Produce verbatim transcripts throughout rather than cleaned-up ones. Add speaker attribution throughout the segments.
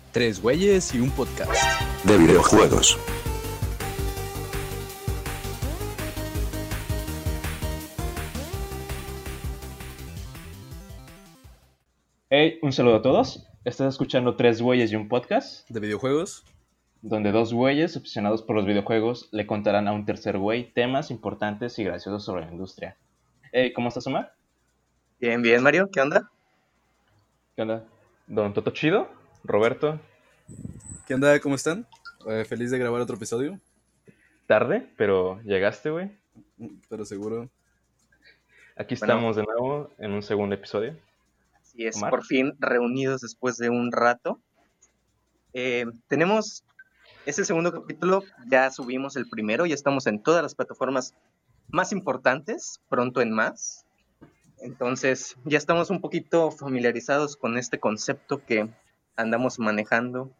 Speaker 1: Tres güeyes y un podcast
Speaker 2: de videojuegos.
Speaker 3: Hey, un saludo a todos. Estás escuchando Tres güeyes y un podcast,
Speaker 1: de videojuegos,
Speaker 3: donde dos güeyes obsesionados por los videojuegos le contarán a un tercer güey temas importantes y graciosos sobre la industria. Hey, ¿cómo estás, Omar?
Speaker 4: Bien, bien, Mario, ¿qué onda?
Speaker 3: ¿Qué onda? Don Toto Chido, Roberto.
Speaker 1: ¿Qué onda? ¿Cómo están? Eh, feliz de grabar otro episodio.
Speaker 3: Tarde, pero llegaste, güey.
Speaker 1: Pero seguro.
Speaker 3: Aquí
Speaker 4: Bueno.
Speaker 3: estamos de nuevo en un segundo episodio.
Speaker 4: Así es,
Speaker 3: Omar.
Speaker 4: por fin reunidos después de un rato. Eh, tenemos ese segundo capítulo, ya subimos el primero, ya estamos en todas las plataformas más importantes, pronto en más. Entonces, ya estamos un poquito familiarizados con este concepto que andamos manejando.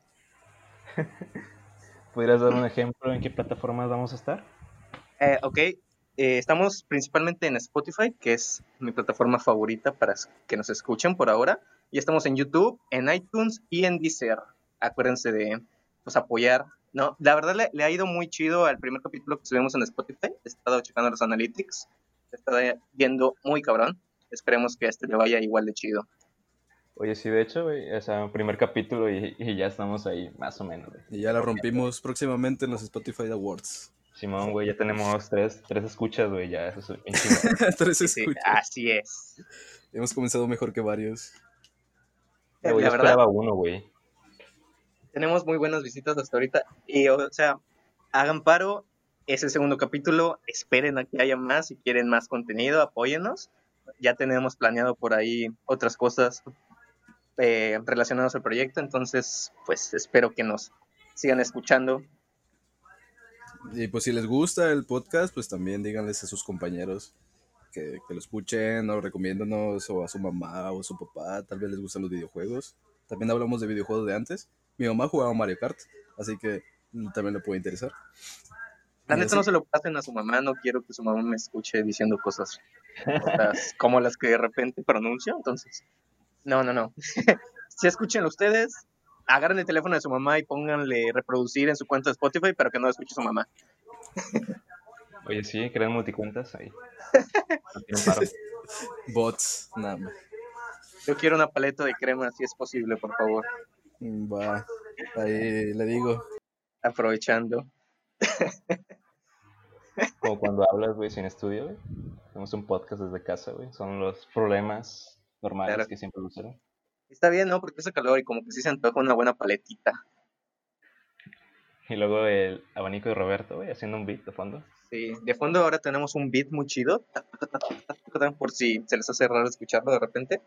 Speaker 3: ¿Podrías dar un ejemplo en qué plataformas vamos a estar?
Speaker 4: Eh, ok, eh, estamos principalmente en Spotify, que es mi plataforma favorita para que nos escuchen por ahora. Y estamos en YouTube, en iTunes y en Deezer. Acuérdense de pues, apoyar. No, la verdad le, le ha ido muy chido al primer capítulo que subimos en Spotify. He estado checando los analytics. He estado viendo muy cabrón. Esperemos que a este le vaya igual de chido.
Speaker 3: Oye, sí, de hecho, güey, o sea, primer capítulo y, y ya estamos ahí, más o menos, güey.
Speaker 1: Y ya la rompimos próximamente en los Spotify Awards.
Speaker 3: Simón, güey, ya tenemos tres, tres escuchas, güey, ya, eso es bien chingón.
Speaker 1: Tres
Speaker 4: Sí, sí,
Speaker 1: escuchas.
Speaker 4: así es.
Speaker 1: Hemos comenzado mejor que varios.
Speaker 3: Eh, güey,
Speaker 4: La
Speaker 3: yo
Speaker 4: verdad,
Speaker 3: esperaba uno, güey.
Speaker 4: tenemos muy buenas visitas hasta ahorita. Y, o sea, hagan paro. Es el segundo capítulo. Esperen a que haya más. Si quieren más contenido, apóyennos. Ya tenemos planeado por ahí otras cosas eh, relacionadas al proyecto. Entonces, pues espero que nos sigan escuchando.
Speaker 1: Y pues si les gusta el podcast, pues también díganles a sus compañeros que, que lo escuchen, o recomiéndanos, o a su mamá o a su papá, tal vez les gustan los videojuegos. También hablamos de videojuegos de antes. Mi mamá jugaba Mario Kart, así que también le puede interesar.
Speaker 4: La
Speaker 1: Y
Speaker 4: neta
Speaker 1: así.
Speaker 4: no se lo pasen a su mamá. No quiero que su mamá me escuche diciendo cosas cosas como las que de repente pronuncio. Entonces, no, no, no. Si escuchen ustedes, agarren el teléfono de su mamá y pónganle reproducir en su cuenta de Spotify, pero que no escuche su mamá.
Speaker 3: Oye, sí, crean multicuentas ahí. No tienen paro.
Speaker 1: Bots, nada más.
Speaker 4: Yo quiero una paleta de crema, si es posible, por favor.
Speaker 1: Va, ahí le digo.
Speaker 4: Aprovechando.
Speaker 3: Como cuando hablas, güey, sin estudio, güey. Hacemos un podcast desde casa, güey. Son los problemas normales
Speaker 4: Claro.
Speaker 3: que siempre lucen.
Speaker 4: Está bien, ¿no? Porque hace calor y como que sí se antoja una buena paletita.
Speaker 3: Y luego el abanico de Roberto, güey, haciendo un beat de fondo.
Speaker 4: Sí, de fondo ahora tenemos un beat muy chido. Por si se les hace raro escucharlo de repente.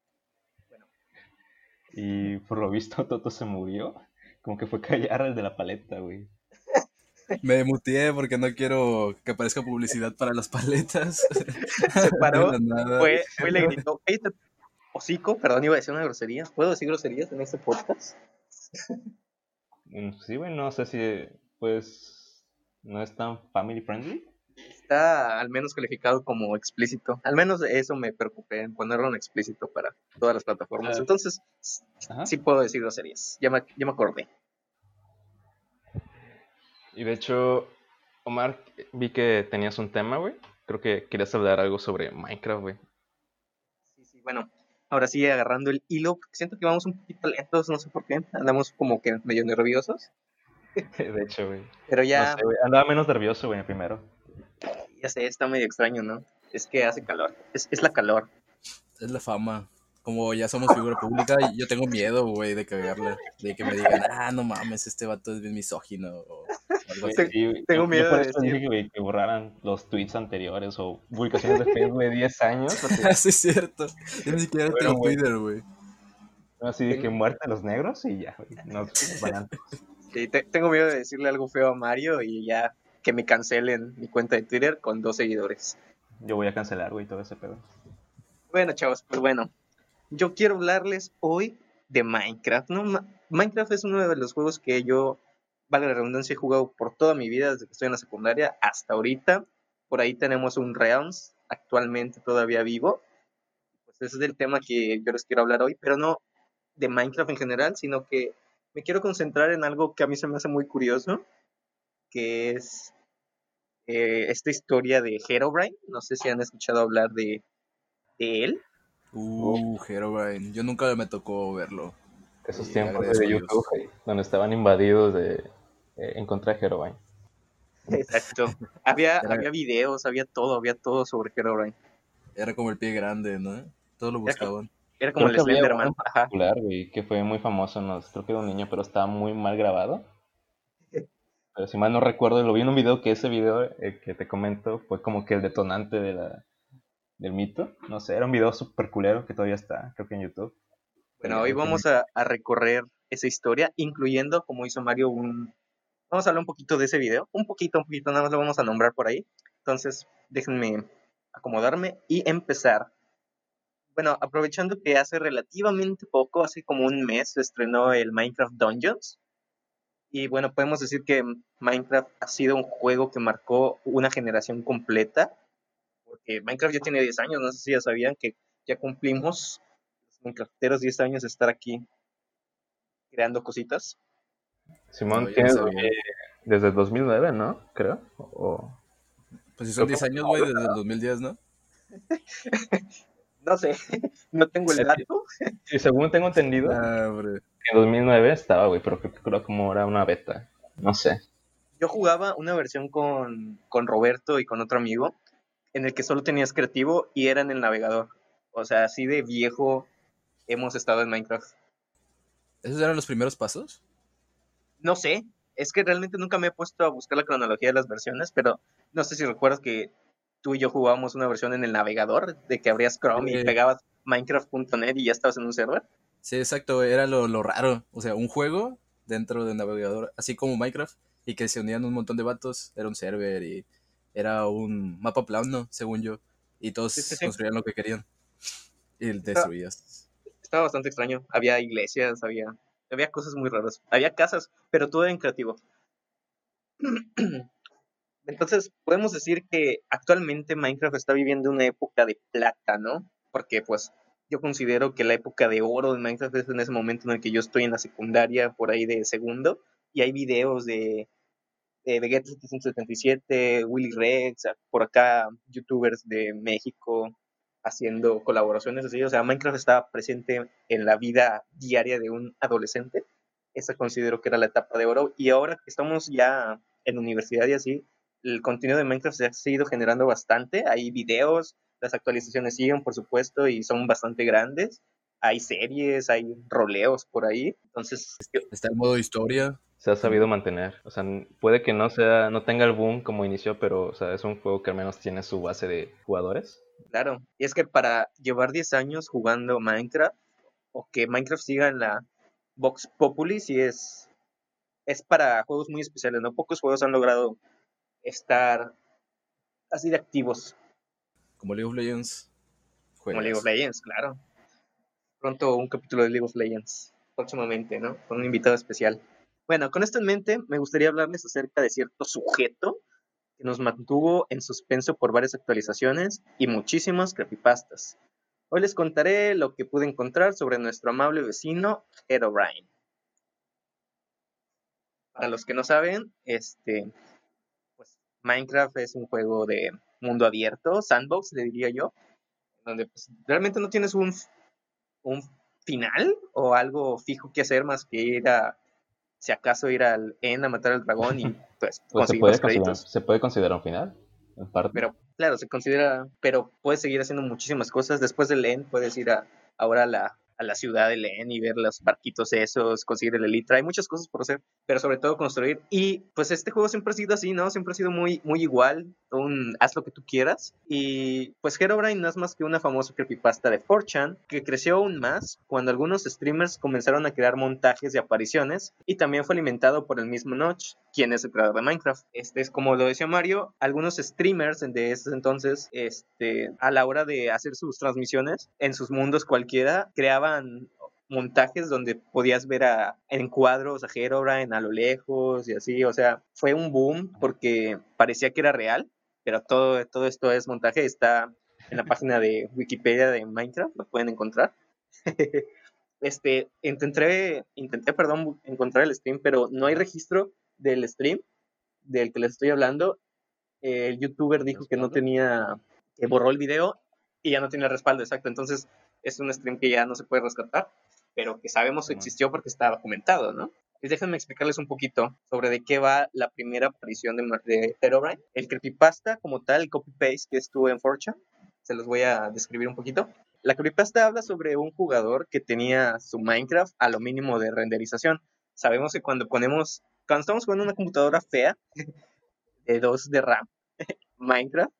Speaker 3: Y por lo visto Toto se murió. Como que fue callar el de la paleta, güey.
Speaker 1: Me muteé porque no quiero que aparezca publicidad para las paletas.
Speaker 4: Se paró,
Speaker 1: De la nada.
Speaker 4: fue, fue y le gritó, cállate, hocico, perdón, iba a decir una grosería. ¿Puedo decir groserías en este podcast?
Speaker 3: Mm, Sí, güey, no sé si, pues, no es tan family friendly.
Speaker 4: Está al menos calificado como explícito. Al menos de eso me preocupé en ponerlo en explícito para todas las plataformas.
Speaker 3: Ah.
Speaker 4: Entonces,
Speaker 3: Ajá.
Speaker 4: sí puedo decir groserías. Ya me, ya me acordé.
Speaker 3: Y de hecho, Omar, vi que tenías un tema, güey. Creo que querías hablar algo sobre Minecraft, güey.
Speaker 4: Sí, sí, bueno. Ahora sí, agarrando el hilo, porque siento que vamos un poquito lentos, no sé por qué. Andamos como que medio nerviosos.
Speaker 3: De hecho, güey.
Speaker 4: Pero ya,
Speaker 3: No sé, güey. Andaba menos nervioso, güey, primero.
Speaker 4: ya sé, está medio extraño, ¿no? Es que hace calor. Es, es la calor.
Speaker 1: Es la fama. Como ya somos figura pública, yo tengo miedo, güey, de cagarla. De que me digan, ah, no mames, este vato es bien misógino. O algo
Speaker 3: Güey,
Speaker 1: así.
Speaker 3: sí, güey.
Speaker 4: Tengo
Speaker 3: Yo-
Speaker 4: miedo
Speaker 3: yo por
Speaker 4: de
Speaker 3: eso
Speaker 4: decir-
Speaker 3: dije, güey, que borraran los tweets anteriores o publicaciones de Facebook de diez años. Porque,
Speaker 1: Sí, es cierto. Yo ni siquiera
Speaker 3: Bueno,
Speaker 1: tengo
Speaker 3: güey.
Speaker 1: Twitter, güey.
Speaker 3: así de que
Speaker 4: Tengo-
Speaker 3: muerte a los negros y ya, güey. Nos banean.
Speaker 4: Sí, te- tengo miedo de decirle algo feo a Mario y ya que me cancelen mi cuenta de Twitter con dos seguidores.
Speaker 3: Yo voy a cancelar, güey, todo ese pedo.
Speaker 4: Bueno, chavos, pues bueno. Yo quiero hablarles hoy de Minecraft, ¿no? Ma- Minecraft es uno de los juegos que yo, valga la redundancia, he jugado por toda mi vida, desde que estoy en la secundaria hasta ahorita. Por ahí tenemos un Realms, actualmente todavía vivo. Pues ese es el tema que yo les quiero hablar hoy, pero no de Minecraft en general, sino que me quiero concentrar en algo que a mí se me hace muy curioso, que es eh, esta historia de Herobrine. No sé si han escuchado hablar de, de él.
Speaker 1: Uh, Herobrine. Yo nunca me tocó verlo.
Speaker 3: Esos
Speaker 1: Y
Speaker 3: tiempos
Speaker 1: agradezco
Speaker 3: de
Speaker 1: a
Speaker 3: YouTube,
Speaker 1: Dios.
Speaker 3: güey, donde estaban invadidos de, eh, en contra de Herobrine.
Speaker 4: Exacto. Había,
Speaker 1: Era,
Speaker 4: había videos, había todo, había todo sobre Herobrine.
Speaker 1: era como el pie grande, ¿no? Todos lo
Speaker 4: Era, co-
Speaker 1: buscaban.
Speaker 4: era como
Speaker 3: Creo
Speaker 4: el
Speaker 3: que había uno en
Speaker 4: Slenderman. Ajá.
Speaker 3: particular, güey, que fue muy famoso, no, creo que era un niño, pero estaba muy mal grabado. Pero si mal no recuerdo, lo vi en un video que ese video eh, que te comento fue como que el detonante de la, del mito. No sé, era un video súper culero que todavía está, creo que en YouTube. Pero
Speaker 4: Bueno,
Speaker 3: ya,
Speaker 4: hoy
Speaker 3: güey,
Speaker 4: vamos a, a recorrer esa historia, incluyendo, como hizo Mario, un... Vamos a hablar un poquito de ese video. Un poquito, un poquito, nada más lo vamos a nombrar por ahí. Entonces, déjenme acomodarme y empezar. Bueno, aprovechando que hace relativamente poco, hace como un mes, se estrenó el Minecraft Dungeons. Y bueno, podemos decir que Minecraft ha sido un juego que marcó una generación completa, porque Minecraft ya tiene diez años, no sé si ya sabían que ya cumplimos los Minecrafteros diez años de estar aquí creando cositas.
Speaker 1: No,
Speaker 3: Simón
Speaker 1: yo no
Speaker 3: tiene
Speaker 1: sabía.
Speaker 3: eh, desde dos mil nueve, ¿no? Creo. O,
Speaker 1: Pues si son
Speaker 3: creo que
Speaker 1: diez años, güey, desde el dos mil diez, ¿no?
Speaker 4: No sé, no tengo el
Speaker 3: eh,
Speaker 4: dato.
Speaker 3: y según tengo entendido,
Speaker 1: Nah, hombre.
Speaker 3: en dos mil nueve estaba, güey, pero creo que creo como era una beta. No sé.
Speaker 4: Yo jugaba una versión con, con Roberto y con otro amigo, en el que solo tenías creativo y era en el navegador. O sea, así de viejo hemos estado en Minecraft.
Speaker 1: ¿Esos eran los primeros pasos?
Speaker 4: No sé, es que realmente nunca me he puesto a buscar la cronología de las versiones, pero no sé si recuerdas que tú y yo jugábamos una versión en el navegador, de que abrías Chrome y
Speaker 1: Sí,
Speaker 4: pegabas minecraft punto net y ya estabas en un server.
Speaker 1: sí, exacto, güey, era lo, lo raro. O sea, un juego dentro del navegador, así como Minecraft, y que se unían un montón de vatos, era un server y era un mapa plano, según yo. Y
Speaker 4: Sí, sí,
Speaker 1: todos
Speaker 4: sí.
Speaker 1: construían lo que querían y
Speaker 4: Estaba,
Speaker 1: destruías.
Speaker 4: estaba bastante extraño. Había iglesias, había, había cosas muy raras. Había casas, pero todo en creativo. Entonces, podemos decir que actualmente Minecraft está viviendo una época de plata, ¿no? Porque pues yo considero que la época de oro de Minecraft es en ese momento en el que yo estoy en la secundaria, por ahí de segundo, y hay videos de, de Vegeta setecientos setenta y siete, Willy Rex, por acá youtubers de México haciendo colaboraciones así. O sea, Minecraft está presente en la vida diaria de un adolescente. Esa considero que era la etapa de oro. Y ahora que estamos ya en universidad y así, el contenido de Minecraft se ha seguido generando bastante. Hay videos, las actualizaciones siguen, por supuesto, y son bastante grandes. Hay series, hay roleos por ahí. Entonces, yo-
Speaker 1: Está el modo historia
Speaker 3: Se ha sabido
Speaker 1: también.
Speaker 3: mantener. O sea, n- puede que no sea, no tenga el boom como inició, pero o sea, es un juego que al menos tiene su base de jugadores.
Speaker 4: claro, y es que para llevar diez años jugando Minecraft, o que Minecraft siga en la Vox Populi, sí es, es para juegos muy especiales, ¿no? Pocos juegos han logrado estar así de activos
Speaker 1: Como League of Legends,
Speaker 4: como League of
Speaker 1: juegas.
Speaker 4: Legends, claro. Pronto un capítulo de League of Legends, próximamente, ¿no? Con un invitado especial. Bueno, con esto en mente, me gustaría hablarles acerca de cierto sujeto que nos mantuvo en suspenso por varias actualizaciones y muchísimas creepypastas. Hoy les contaré lo que pude encontrar sobre nuestro amable vecino Herobrine. Para los que no saben, este, pues Minecraft es un juego de mundo abierto, sandbox, le diría yo, donde pues, realmente no tienes un, un final o algo fijo que hacer más que ir a, si acaso ir al End a matar al dragón y pues
Speaker 3: Pues se
Speaker 4: conseguir
Speaker 3: puede
Speaker 4: los
Speaker 3: considerar,
Speaker 4: créditos.
Speaker 3: se puede considerar un final, en parte.
Speaker 4: Pero claro, se considera, pero puedes seguir haciendo muchísimas cosas. Después del End puedes ir a, ahora a la, a la ciudad de Len y ver los barquitos esos, conseguir el Elytra. Hay muchas cosas por hacer, pero sobre todo construir. Y pues este juego siempre ha sido así, ¿no? Siempre ha sido muy, muy igual, un haz lo que tú quieras. Y pues Herobrine no es más que una famosa creepypasta de cuatro chan que creció aún más cuando algunos streamers comenzaron a crear montajes de apariciones y también fue alimentado por el mismo Notch, quien es el creador de Minecraft. Este es como lo decía Mario, algunos streamers de ese entonces, este, a la hora de hacer sus transmisiones en sus mundos cualquiera, creaban montajes donde podías ver a, en cuadros a Herobrine a lo lejos y así, o sea, fue un boom porque parecía que era real, pero todo, todo esto es montaje, está en la página de Wikipedia de Minecraft, lo pueden encontrar. este, intenté, intenté, perdón, encontrar el stream, pero no hay registro del stream del que les estoy hablando. El youtuber dijo que no tenía, que borró el video y ya no tiene respaldo, exacto. Entonces es un stream que ya no se puede rescatar, pero que sabemos que existió porque está documentado, ¿no? Y déjenme explicarles un poquito sobre de qué va la primera aparición de, de Herobrine. El creepypasta como tal, el copy-paste que estuvo en cuatro chan, se los voy a describir un poquito. La creepypasta habla sobre un jugador que tenía su Minecraft a lo mínimo de renderización. Sabemos que cuando ponemos, cuando estamos jugando una computadora fea de dos de RAM, Minecraft,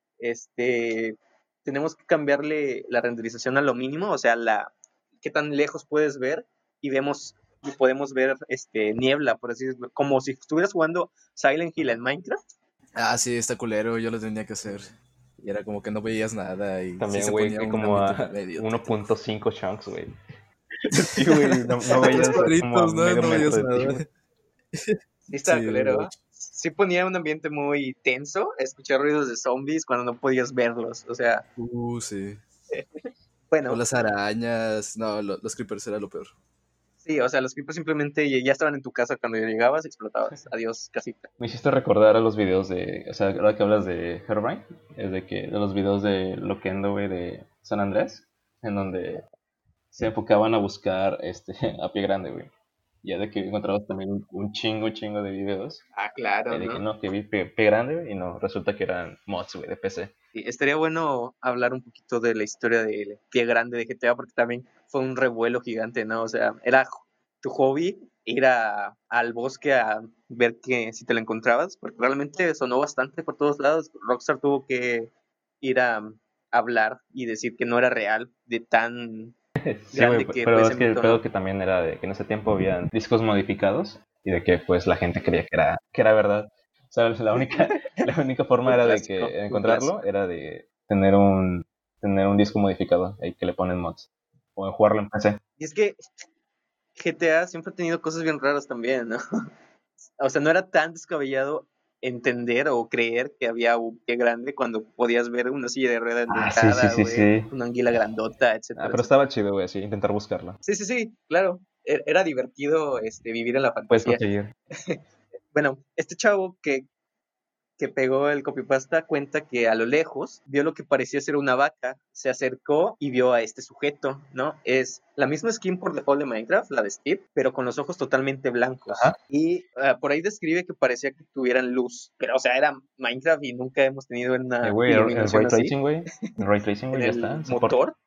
Speaker 4: este, tenemos que cambiarle la renderización a lo mínimo, o sea, la qué tan lejos puedes ver y vemos y podemos ver este niebla, por así decirlo, como si estuvieras jugando Silent Hill en Minecraft.
Speaker 1: Ah, sí, está culero, yo lo tenía que hacer. Y era como que no veías nada y
Speaker 3: También,
Speaker 1: sí se
Speaker 3: güey,
Speaker 1: ponía
Speaker 3: que
Speaker 1: un
Speaker 3: como
Speaker 1: ambiente
Speaker 3: a
Speaker 1: medio
Speaker 3: uno
Speaker 1: tétrico.
Speaker 3: punto cinco chunks, güey. Sí, güey, no, no veías
Speaker 1: Tres
Speaker 3: como a
Speaker 1: cuadritos, ¿no?
Speaker 3: medio
Speaker 1: No
Speaker 3: metro
Speaker 1: veías
Speaker 3: de ti,
Speaker 1: nada.
Speaker 3: güey.
Speaker 4: Sí, estaba
Speaker 1: Sí,
Speaker 4: culero.
Speaker 1: gacho.
Speaker 4: Sí ponía un ambiente muy tenso, escuchar ruidos de zombies cuando no podías verlos, o sea,
Speaker 1: Uh, sí. O
Speaker 4: bueno,
Speaker 1: las arañas. No, lo- los creepers era lo peor.
Speaker 4: sí, o sea, los creepers simplemente ya estaban en tu casa cuando llegabas y explotabas. Adiós, casita.
Speaker 3: Me hiciste recordar a los videos de, o sea, ahora que hablas de Herobrine, es de que de los videos de Loquendo, güey, de San Andrés, en donde se enfocaban a buscar este a Pie Grande, güey. Ya de que encontrabas también un, un chingo, chingo de videos.
Speaker 4: Ah, claro,
Speaker 3: eh, de que
Speaker 4: ¿no?
Speaker 3: no, que vi Pie, Pie Grande, güey, y no, resulta que eran mods, güey, de P C.
Speaker 4: Sí, estaría bueno hablar un poquito de la historia del pie grande de G T A, porque también fue un revuelo gigante, ¿no? O sea, era tu hobby ir a, al bosque a ver que si te lo encontrabas, porque realmente sonó bastante por todos lados. Rockstar tuvo que ir a, a hablar y decir que no era real, de tan
Speaker 3: Sí, güey,
Speaker 4: grande que fue
Speaker 3: pero
Speaker 4: ese
Speaker 3: es que el
Speaker 4: mito,
Speaker 3: pedo
Speaker 4: ¿no?
Speaker 3: que también era de que en ese tiempo habían discos modificados y de que pues la gente creía que era, que era verdad. O sea, la única, la única forma
Speaker 4: Un
Speaker 3: era de
Speaker 4: clásico,
Speaker 3: que
Speaker 4: un
Speaker 3: encontrarlo
Speaker 4: clásico.
Speaker 3: era de tener un tener un disco modificado ahí que le ponen mods o en jugarlo en P C.
Speaker 4: Y es que G T A siempre ha tenido cosas bien raras también, ¿no? O sea, no era tan descabellado entender o creer que había un pie grande cuando podías ver una silla de ruedas en tu
Speaker 3: Ah, sí, sí,
Speaker 4: entrada,
Speaker 3: sí,
Speaker 4: güey,
Speaker 3: sí.
Speaker 4: una anguila grandota,
Speaker 3: Ah,
Speaker 4: etcétera,
Speaker 3: pero
Speaker 4: etcétera.
Speaker 3: estaba chido, güey, así, intentar buscarlo.
Speaker 4: Sí, sí, sí, claro. E- Era divertido este, vivir en la
Speaker 3: Puedes
Speaker 4: fantasía.
Speaker 3: conseguir.
Speaker 4: Bueno, este chavo que que pegó el copypasta cuenta que a lo lejos vio lo que parecía ser una vaca, se acercó y vio a este sujeto, ¿no? Es la misma skin por default de Minecraft, la de Steve, pero con los ojos totalmente blancos.
Speaker 3: Ajá.
Speaker 4: Y uh, por ahí describe que parecía que tuvieran luz, pero o sea, era Minecraft y nunca hemos tenido
Speaker 3: Eh,
Speaker 4: una
Speaker 3: güey, el, el
Speaker 4: iluminación
Speaker 3: ray
Speaker 4: así
Speaker 3: tracing, güey. El ray tracing,
Speaker 4: en
Speaker 3: güey, ya está.
Speaker 4: el
Speaker 3: En soporte.
Speaker 4: motor.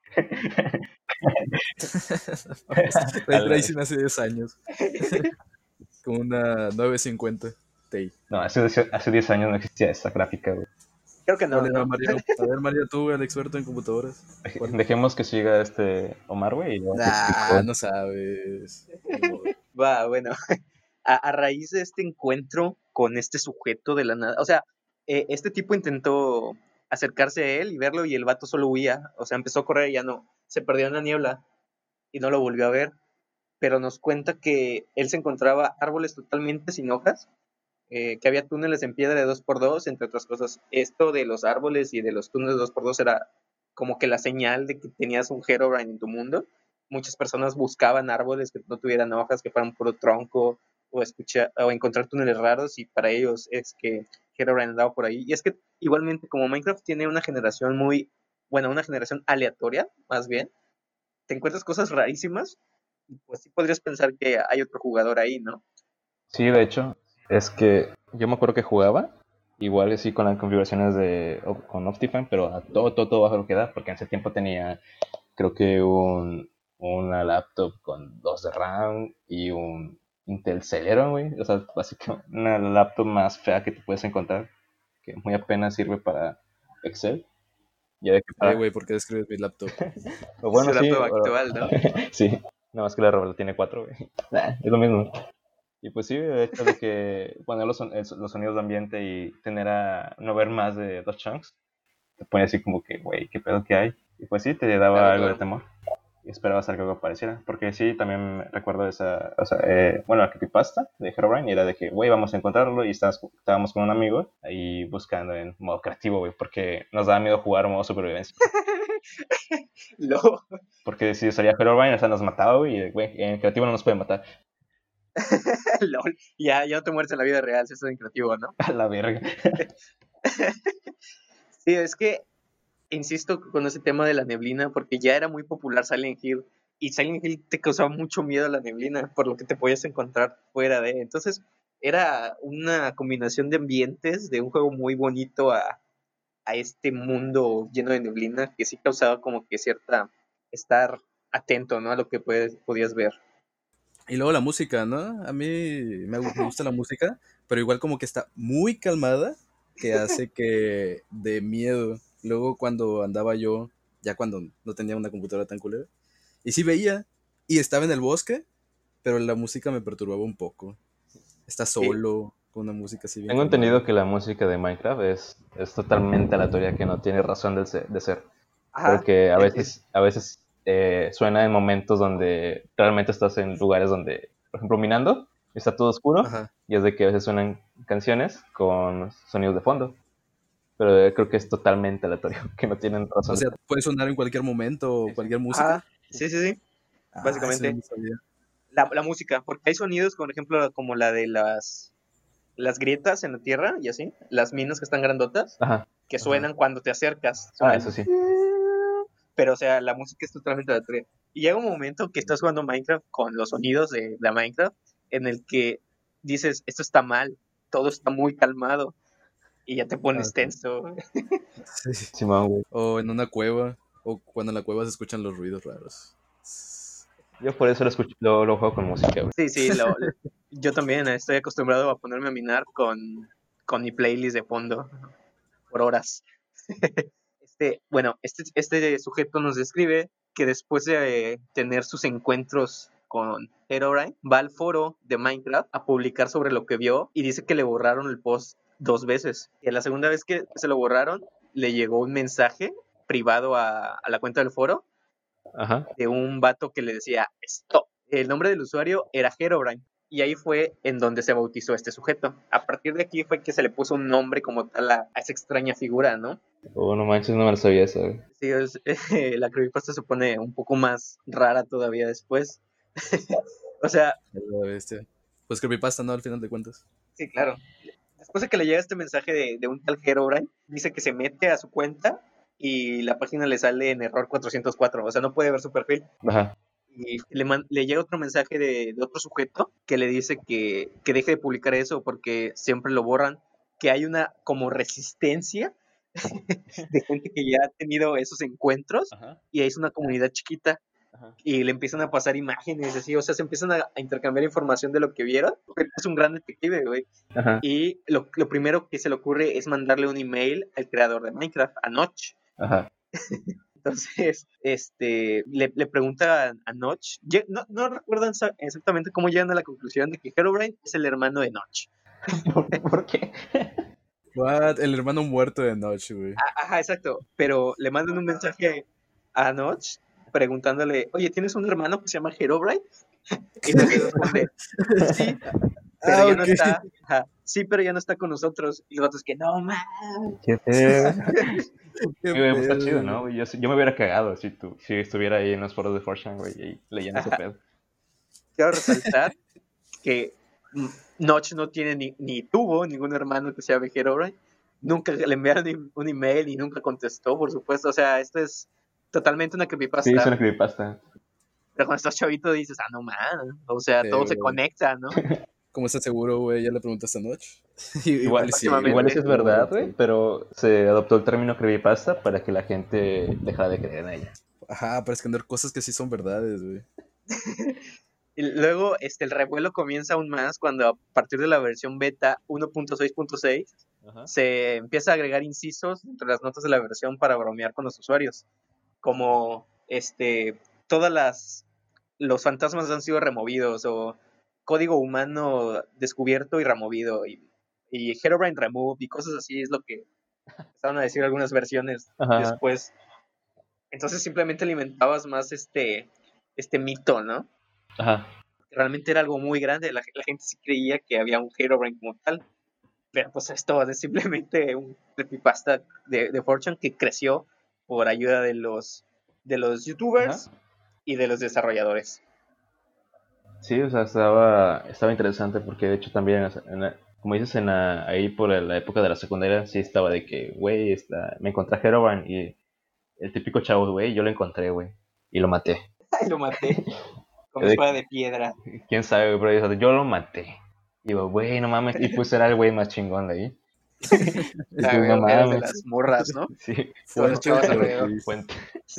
Speaker 1: Ray Tracing hace diez años. Con una novecientos cincuenta Ti.
Speaker 3: No, hace, hace diez años no existía esa gráfica, güey.
Speaker 4: Creo que
Speaker 1: ¿Cuál
Speaker 4: no,
Speaker 1: era,
Speaker 4: ¿no?
Speaker 1: Mario? A ver, Mario, tú, el experto en computadoras. ¿Cuál?
Speaker 3: Dejemos que siga este Omar, güey, y yo te
Speaker 1: Ah,
Speaker 3: explico.
Speaker 1: no sabes. Ni modo.
Speaker 4: Va, bueno. A, a, raíz de este encuentro con este sujeto de la nada, o sea, eh, este tipo intentó acercarse a él y verlo y el vato solo huía, o sea, empezó a correr y ya no, se perdió en la niebla y no lo volvió a ver, pero nos cuenta que él se encontraba árboles totalmente sin hojas, eh, que había túneles en piedra de dos por dos, entre otras cosas. Esto de los árboles y de los túneles de dos por dos era como que la señal de que tenías un Herobrine en tu mundo. Muchas personas buscaban árboles que no tuvieran hojas, que fueran puro tronco, o, escuchar, o encontrar túneles raros, y para ellos es que Herobrine andaba por ahí. Y es que igualmente como Minecraft tiene una generación muy, bueno, una generación aleatoria, más bien, te encuentras cosas rarísimas, y pues sí podrías pensar que hay otro jugador ahí, ¿no?
Speaker 3: Sí, de hecho, es que yo me acuerdo que jugaba, igual así con las configuraciones de con Optifine, pero a todo, todo, todo bajo lo que da, porque en ese tiempo tenía, creo que un, una laptop con dos de RAM y un Intel Celeron, güey. O sea, básicamente una laptop más fea que te puedes encontrar, que muy apenas sirve para Excel. Ya de que
Speaker 1: Eh,
Speaker 3: para...
Speaker 1: güey, ¿por qué describes mi laptop?
Speaker 3: o
Speaker 4: Es
Speaker 3: bueno,
Speaker 4: el
Speaker 3: sí,
Speaker 4: laptop
Speaker 3: bueno,
Speaker 4: actual, ¿no?
Speaker 3: sí, nada más que la Roberta tiene cuatro, güey. Nah, es lo mismo. Y pues sí, el hecho de que poner los, son- los sonidos de ambiente y tener a no ver más de dos chunks, te pone así como que, güey, ¿qué pedo que hay? Y pues sí, te daba
Speaker 4: Claro,
Speaker 3: algo de
Speaker 4: claro.
Speaker 3: temor. Y esperabas algo que apareciera. Porque sí, también recuerdo esa, o sea, eh, bueno, la creepypasta de Herobrine era de que, güey, vamos a encontrarlo y estábamos, estábamos con un amigo ahí buscando en modo creativo, güey, porque nos daba miedo jugar modo supervivencia.
Speaker 4: Luego,
Speaker 3: Porque si salía Herobrine, o sea, nos mataba, güey, y güey, en creativo no nos puede matar.
Speaker 4: lol, ya, ya no te mueres en la vida real si estás en creativo, ¿no?
Speaker 3: A la verga.
Speaker 4: Sí, es que insisto con ese tema de la neblina, porque ya era muy popular Silent Hill, y Silent Hill te causaba mucho miedo a la neblina, por lo que te podías encontrar fuera de. Entonces, era una combinación de ambientes, de un juego muy bonito a, a este mundo lleno de neblina, que sí causaba como que cierta, estar atento, ¿no? A lo que puedes, podías ver.
Speaker 1: Y luego la música, ¿no? A mí me, gu- me gusta la música, pero igual como que está muy calmada, que hace que de miedo. Luego cuando andaba yo, ya cuando no tenía una computadora tan culera, y sí veía, y estaba en el bosque, pero la música me perturbaba un poco. Está
Speaker 4: Sí.
Speaker 1: solo, con una música así bien
Speaker 3: Tengo entendido
Speaker 1: calmada.
Speaker 3: que la música de Minecraft es, es totalmente aleatoria, que no tiene razón de ser, de ser.
Speaker 4: Ajá,
Speaker 3: Porque a
Speaker 4: es, es-
Speaker 3: veces, a veces eh, suena en momentos donde realmente estás en lugares donde, por ejemplo, minando, está todo oscuro,
Speaker 1: Ajá.
Speaker 3: y es de que a veces suenan canciones con sonidos de fondo. Pero eh, creo que es totalmente aleatorio, que no tienen
Speaker 1: O
Speaker 3: razón de
Speaker 1: sea,
Speaker 3: ser.
Speaker 1: puede sonar en cualquier momento o
Speaker 3: Sí, sí.
Speaker 1: cualquier música.
Speaker 4: ajá, sí, sí, sí,
Speaker 1: Ah, eso yo
Speaker 4: básicamente.
Speaker 1: no sabía.
Speaker 4: La, la música, porque hay sonidos, por ejemplo, como la de las, las grietas en la tierra y así, las minas que están grandotas,
Speaker 3: Ajá.
Speaker 4: que
Speaker 1: Ajá.
Speaker 4: suenan cuando te acercas,
Speaker 3: Ah,
Speaker 4: suenan.
Speaker 3: eso sí.
Speaker 4: Pero, o sea, la música es totalmente aleatoria. Y llega un momento que estás jugando Minecraft con los sonidos de, de Minecraft, en el que dices, esto está mal, todo está muy calmado, y ya te
Speaker 1: Ah,
Speaker 4: pones
Speaker 1: ok.
Speaker 4: tenso.
Speaker 1: Sí.
Speaker 3: Simón, güey.
Speaker 1: O en una cueva, o cuando en la cueva se escuchan los ruidos raros.
Speaker 3: Yo por eso lo, escucho, lo, lo juego con música, güey.
Speaker 4: Sí, sí, lo, yo también estoy acostumbrado a ponerme a minar con, con mi playlist de fondo por horas. Este, bueno, este, este sujeto nos describe que después de eh, tener sus encuentros con Herobrine, va al foro de Minecraft a publicar sobre lo que vio y dice que le borraron el post dos veces. Y a la segunda vez que se lo borraron, le llegó un mensaje privado a, a la cuenta del foro
Speaker 3: Ajá.
Speaker 4: de un vato que le decía stop. El nombre del usuario era Herobrine. Y ahí fue en donde se bautizó este sujeto. A partir de aquí fue que se le puso un nombre como tal a, a esa extraña figura, ¿no?
Speaker 3: Oh, no manches, no me lo sabía eso, güey.
Speaker 4: Sí, es, eh, la creepypasta se pone un poco más rara todavía después. O sea,
Speaker 1: Es la bestia. Pues creepypasta, ¿no? Al final de cuentas.
Speaker 4: sí, claro. Después de que le llega este mensaje de, de un tal Herobrine, dice que se mete a su cuenta y la página le sale en error cuatrocientos cuatro. O sea, no puede ver su perfil.
Speaker 3: Ajá.
Speaker 4: Y le, man- le llega otro mensaje de, de otro sujeto que le dice que, que deje de publicar eso porque siempre lo borran, que hay una como resistencia de gente que ya ha tenido esos encuentros
Speaker 3: Ajá.
Speaker 4: y es una comunidad chiquita
Speaker 3: Ajá.
Speaker 4: y le empiezan a pasar imágenes así, o sea, se empiezan a, a intercambiar información de lo que vieron, porque es un gran detective, güey.
Speaker 3: Ajá.
Speaker 4: Y lo, lo primero que se le ocurre es mandarle un email al creador de Minecraft, a Notch.
Speaker 3: Ajá.
Speaker 4: Entonces, este, le, le pregunta a, a Notch, Ye- no, no recuerdan sa- exactamente cómo llegan a la conclusión de que Herobrine es el hermano de Notch.
Speaker 3: ¿Por, por qué?
Speaker 1: What? El hermano muerto de Notch, güey.
Speaker 4: A- Ajá, exacto, pero le mandan un mensaje a Notch preguntándole, oye, ¿tienes un hermano que se llama Herobrine? Y Notch le responde, sí, pero
Speaker 1: Ah,
Speaker 4: ya no
Speaker 1: ok.
Speaker 4: está, ajá, sí, pero ya no está con nosotros. Y los otros que, no, man.
Speaker 3: Qué feo.
Speaker 1: Qué
Speaker 3: Güey, pues está chido,
Speaker 1: pedo,
Speaker 3: ¿no,
Speaker 1: güey.
Speaker 3: güey? Yo, yo me hubiera cagado si, tú, si estuviera ahí en los foros de cuatro chan, güey, ahí leyendo ese pedo.
Speaker 4: Quiero resaltar que mm, Notch no tiene ni, ni tuvo ningún hermano que sea Herobrine. Nunca le enviaron ni- un email y nunca contestó, por supuesto. O sea, esto es totalmente una
Speaker 3: Sí, es
Speaker 4: creepypasta.
Speaker 3: una creepypasta.
Speaker 4: Pero cuando estás chavito dices, ah, no, man. O sea,
Speaker 1: Sí,
Speaker 4: todo se
Speaker 1: güey.
Speaker 4: conecta, ¿no?
Speaker 1: ¿Cómo estás seguro, güey? ¿Ya le preguntaste a Notch?
Speaker 3: Igual,
Speaker 1: Igual y sí,
Speaker 3: igual
Speaker 1: güey.
Speaker 3: eso
Speaker 4: Próximamente.
Speaker 3: es
Speaker 1: Hubo un
Speaker 3: verdad,
Speaker 1: rato.
Speaker 3: güey, pero se adoptó el término creepypasta para que la gente dejara de creer en ella.
Speaker 1: Ajá, para esconder cosas que sí son verdades, güey.
Speaker 4: Y luego este, el revuelo comienza aún más cuando a partir de la versión beta uno punto seis punto seis
Speaker 3: Ajá.
Speaker 4: se empieza a agregar incisos entre las notas de la versión para bromear con los usuarios. Como este, todas las los fantasmas han sido removidos o código humano descubierto y removido y, y Herobrine removed y cosas así es lo que empezaron a decir algunas versiones
Speaker 3: Ajá.
Speaker 4: después. Entonces simplemente alimentabas más este, este mito, ¿no?
Speaker 3: Ajá.
Speaker 4: Realmente era algo muy grande, la, la gente sí creía que había un Herobrine como tal, pero pues esto es simplemente un creepypasta de, de cuatro chan que creció por ayuda de los, de los youtubers
Speaker 3: Ajá.
Speaker 4: y de los desarrolladores.
Speaker 3: Sí, o sea, estaba, estaba interesante porque de hecho también, o sea, en la- como dices, en la- ahí por la época de la secundaria, sí estaba de que, güey, está, me encontré a Herobrine y el típico chavo, güey, yo lo encontré, güey, y lo maté.
Speaker 4: Y lo maté con
Speaker 3: Yo
Speaker 4: mi
Speaker 3: de-
Speaker 4: espada de piedra.
Speaker 3: ¿Quién sabe, bro? O sea, yo lo maté. Y digo, güey, no mames, y pues era el güey más chingón de ahí. Y
Speaker 4: Ah,
Speaker 3: pues
Speaker 4: güey,
Speaker 3: no
Speaker 4: eres de
Speaker 3: mames,
Speaker 4: las morras, ¿no?
Speaker 3: sí,
Speaker 4: Todos los
Speaker 1: Fuente
Speaker 4: chavos
Speaker 1: de plot
Speaker 4: alrededor.
Speaker 1: twist.
Speaker 3: fuente.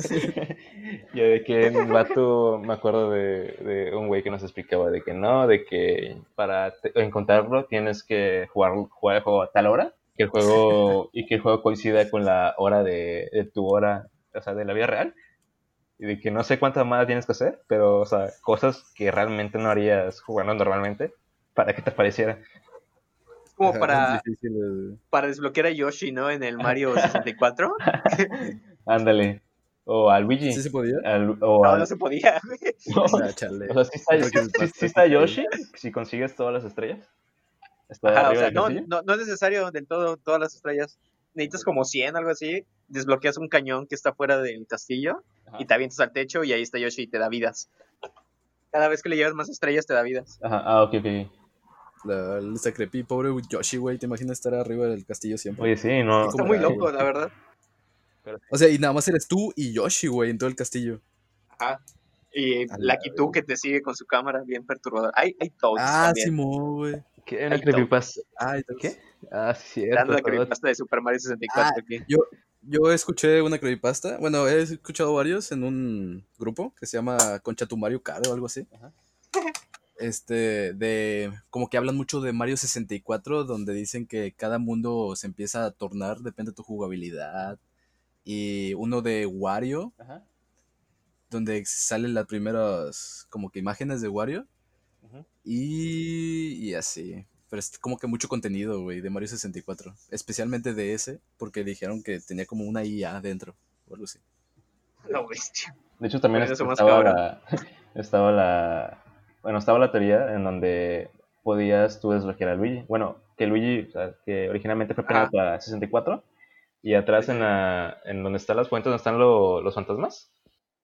Speaker 3: Ya de que el vato, me acuerdo de, de un güey que nos explicaba de que no, de que para te- encontrarlo tienes que jugar, jugar el juego a tal hora, que el juego, y que el juego coincida con la hora de, de tu hora, o sea, de la vida real, y de que no sé cuántas más tienes que hacer, pero, o sea, cosas que realmente no harías jugando normalmente, para que te pareciera.
Speaker 4: Es como
Speaker 1: Ajá,
Speaker 4: para,
Speaker 1: difícil.
Speaker 4: para desbloquear a Yoshi, ¿no? En el Mario sesenta y cuatro.
Speaker 3: Ándale. O a
Speaker 1: ¿Sí
Speaker 3: Luigi.
Speaker 1: se podía?
Speaker 3: al- o
Speaker 4: No,
Speaker 3: al,
Speaker 4: no se podía, güey.
Speaker 3: no,
Speaker 1: Nah, chale.
Speaker 3: o sea, sí está,
Speaker 1: Otro
Speaker 3: sí- sí- sí
Speaker 1: creepypasta
Speaker 3: está
Speaker 1: sin
Speaker 3: Yoshi, si consigues todas las estrellas. Está
Speaker 4: Ajá, o
Speaker 3: arriba
Speaker 4: sea,
Speaker 3: del
Speaker 4: no,
Speaker 3: castillo.
Speaker 4: no, no es necesario del todo todas las estrellas. Necesitas como cien, algo así. Desbloqueas un cañón que está fuera del castillo
Speaker 3: Ajá.
Speaker 4: y te avientas al techo y ahí está Yoshi y te da vidas. Cada vez que le llevas más estrellas te da vidas.
Speaker 3: Ajá, ah, ok, ok.
Speaker 1: La, esta creepy, pobre Yoshi, güey. ¿Te imaginas estar arriba del castillo siempre?
Speaker 3: Oye, sí,
Speaker 1: Qué
Speaker 3: no.
Speaker 4: Está muy
Speaker 1: complicado, güey.
Speaker 4: loco, la verdad.
Speaker 3: Pero sí.
Speaker 1: O sea, y nada más eres tú y Yoshi, güey, en todo el castillo.
Speaker 4: Ajá. Y
Speaker 1: A la
Speaker 4: Lucky Two que te sigue con su cámara bien perturbadora. Hay, hay Toads
Speaker 1: Ah,
Speaker 4: también.
Speaker 1: Simón, güey.
Speaker 3: ¿Qué? ¿Una
Speaker 4: Hay
Speaker 3: creepypasta?
Speaker 1: Ah, y todos-
Speaker 3: ¿Qué? Ah, sí,
Speaker 4: Dando
Speaker 3: cierto.
Speaker 4: la
Speaker 3: todo-
Speaker 4: creepypasta de Super Mario sesenta y
Speaker 1: Ah,
Speaker 4: cuatro aquí.
Speaker 1: yo, yo escuché una creepypasta. Bueno, he escuchado varios en un grupo que se llama Concha tu Mario Kart o algo así.
Speaker 3: Ajá.
Speaker 1: Este, de, como que hablan mucho de Mario sesenta y cuatro, donde dicen que cada mundo se empieza a tornar, depende de tu jugabilidad. Y uno de Wario,
Speaker 3: Ajá.
Speaker 1: donde salen las primeras, como que imágenes de Wario.
Speaker 3: Ujú.
Speaker 1: Y, y así. Pero es como que mucho contenido, güey, de Mario sesenta y cuatro. Especialmente de ese, porque dijeron que tenía como una I A dentro, o algo así.
Speaker 4: No, bestia.
Speaker 3: De hecho, también
Speaker 4: Poniéndose más
Speaker 3: estaba
Speaker 4: cabrón.
Speaker 3: la, estaba la, bueno, estaba la teoría en donde podías tú desbloquear a Luigi. Bueno, que Luigi, o sea, que originalmente fue planeado
Speaker 4: Ajá.
Speaker 3: para sesenta y cuatro, y atrás
Speaker 4: Sí,
Speaker 3: en
Speaker 4: sí.
Speaker 3: la, en donde están las fuentes, donde están lo- los fantasmas,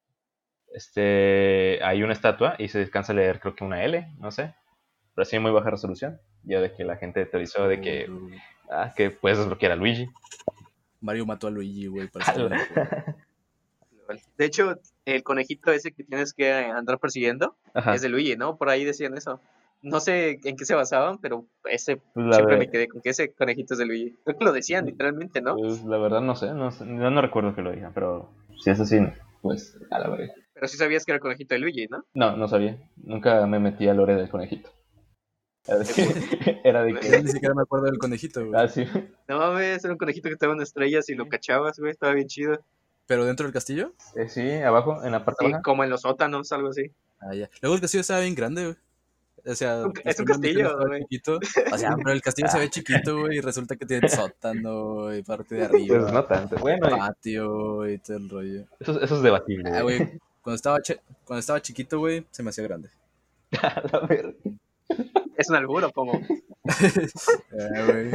Speaker 3: este, hay una estatua y se descansa a leer, creo que una L, no sé, pero sí muy baja resolución, ya de que la gente teorizó de que, ah, que puedes desbloquear a Luigi.
Speaker 1: Mario mató a Luigi, güey, para estar en el juego.
Speaker 4: De hecho, el conejito ese que tienes que andar persiguiendo
Speaker 3: Ajá.
Speaker 4: es de Luigi, ¿no? Por ahí decían eso. No sé en qué se basaban, pero ese
Speaker 3: La
Speaker 4: siempre
Speaker 3: ve-
Speaker 4: me quedé con que ese conejito es de Luigi. Creo que lo decían literalmente, ¿no?
Speaker 3: Pues la verdad no sé, no sé, yo no recuerdo que lo digan, pero si es así, pues a la verga.
Speaker 4: Pero sí sabías que era el conejito de Luigi, ¿no?
Speaker 3: No, no sabía. Nunca me metí al lore del conejito. Era de
Speaker 4: Qué
Speaker 3: que... Era de
Speaker 1: Yo
Speaker 3: que...
Speaker 1: ni siquiera me acuerdo del conejito, güey.
Speaker 3: Ah, sí.
Speaker 4: No mames, era un conejito que estaba en estrellas y lo cachabas, güey, estaba bien chido.
Speaker 1: ¿Pero dentro del castillo?
Speaker 3: Eh, sí, abajo, en la parte
Speaker 4: Sí,
Speaker 3: baja.
Speaker 4: como en los sótanos, algo así.
Speaker 1: Ah, ya. Luego el castillo estaba bien grande, güey. O sea,
Speaker 4: Un-
Speaker 1: las
Speaker 4: Es un
Speaker 1: primeras misiones
Speaker 4: castillo,
Speaker 1: estaba
Speaker 4: güey.
Speaker 1: chiquito. O sea, pero el castillo se ve chiquito, güey, y resulta que tiene sótano y parte de
Speaker 3: Pues
Speaker 1: arriba,
Speaker 3: no tanto. Bueno, y
Speaker 1: patio y todo el rollo.
Speaker 3: eso, eso es debatible.
Speaker 1: Ah,
Speaker 3: güey.
Speaker 1: güey, cuando estaba, che- cuando estaba chiquito, güey, se me hacía grande.
Speaker 3: A la verga.
Speaker 4: Es un alburo, como.
Speaker 1: Ah, güey.